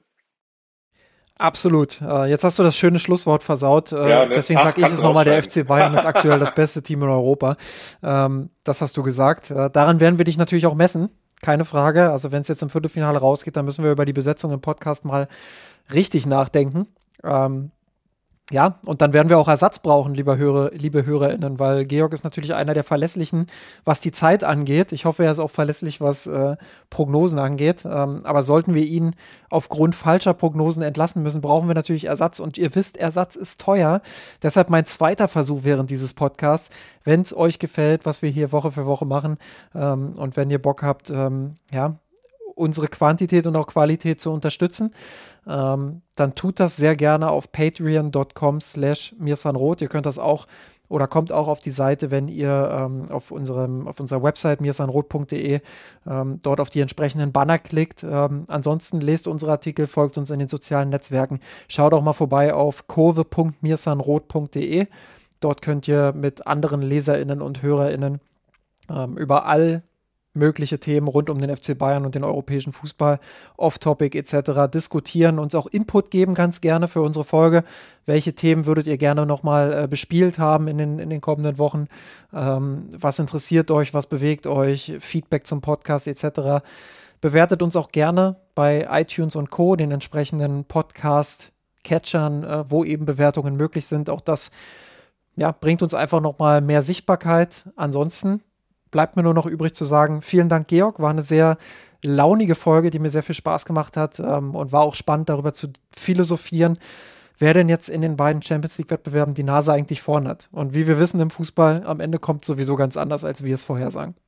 Absolut. Äh, jetzt hast du das schöne Schlusswort versaut. Äh, ja, ne? Deswegen sage ich es nochmal, der F C Bayern ist aktuell das beste Team in Europa. Ähm, das hast du gesagt. Äh, daran werden wir dich natürlich auch messen. Keine Frage. Also wenn es jetzt im Viertelfinale rausgeht, dann müssen wir über die Besetzung im Podcast mal richtig nachdenken. Ähm, Ja, und dann werden wir auch Ersatz brauchen, liebe Hörer, liebe HörerInnen, weil Georg ist natürlich einer der Verlässlichen, was die Zeit angeht. Ich hoffe, er ist auch verlässlich, was äh, Prognosen angeht. Ähm, aber sollten wir ihn aufgrund falscher Prognosen entlassen müssen, brauchen wir natürlich Ersatz. Und ihr wisst, Ersatz ist teuer. Deshalb mein zweiter Versuch während dieses Podcasts, wenn es euch gefällt, was wir hier Woche für Woche machen ähm, und wenn ihr Bock habt, ähm, ja, unsere Quantität und auch Qualität zu unterstützen, ähm, dann tut das sehr gerne auf patreon.com slash mirsanroth. Ihr könnt das auch oder kommt auch auf die Seite, wenn ihr ähm, auf, unserem, auf unserer Website mirsanroth punkt de ähm, dort auf die entsprechenden Banner klickt. Ähm, ansonsten lest unsere Artikel, folgt uns in den sozialen Netzwerken. Schaut auch mal vorbei auf kurve punkt mirsanroth punkt de. Dort könnt ihr mit anderen LeserInnen und HörerInnen ähm, über all mögliche Themen rund um den F C Bayern und den europäischen Fußball, Off-Topic et cetera diskutieren, uns auch Input geben ganz gerne für unsere Folge. Welche Themen würdet ihr gerne nochmal äh, bespielt haben in den, in den kommenden Wochen? Ähm, was interessiert euch? Was bewegt euch? Feedback zum Podcast et cetera. Bewertet uns auch gerne bei iTunes und Co., den entsprechenden Podcast-Catchern, äh, wo eben Bewertungen möglich sind. Auch das ja, bringt uns einfach nochmal mehr Sichtbarkeit. Ansonsten bleibt mir nur noch übrig zu sagen, vielen Dank, Georg. War eine sehr launige Folge, die mir sehr viel Spaß gemacht hat ähm, und war auch spannend, darüber zu philosophieren, wer denn jetzt in den beiden Champions-League-Wettbewerben die Nase eigentlich vorn hat. Und wie wir wissen im Fußball, am Ende kommt es sowieso ganz anders, als wir es vorhersagen.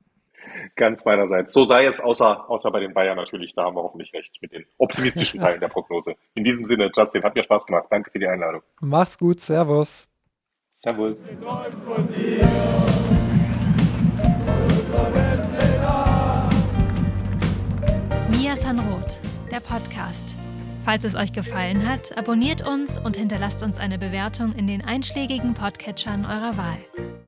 Ganz meinerseits. So sei es, außer, außer bei den Bayern natürlich. Da haben wir hoffentlich recht mit den optimistischen Teilen der Prognose. In diesem Sinne, Justin, hat mir Spaß gemacht. Danke für die Einladung. Mach's gut, Servus. Servus. Mia Sanroth, der Podcast. Falls es euch gefallen hat, abonniert uns und hinterlasst uns eine Bewertung in den einschlägigen Podcatchern eurer Wahl.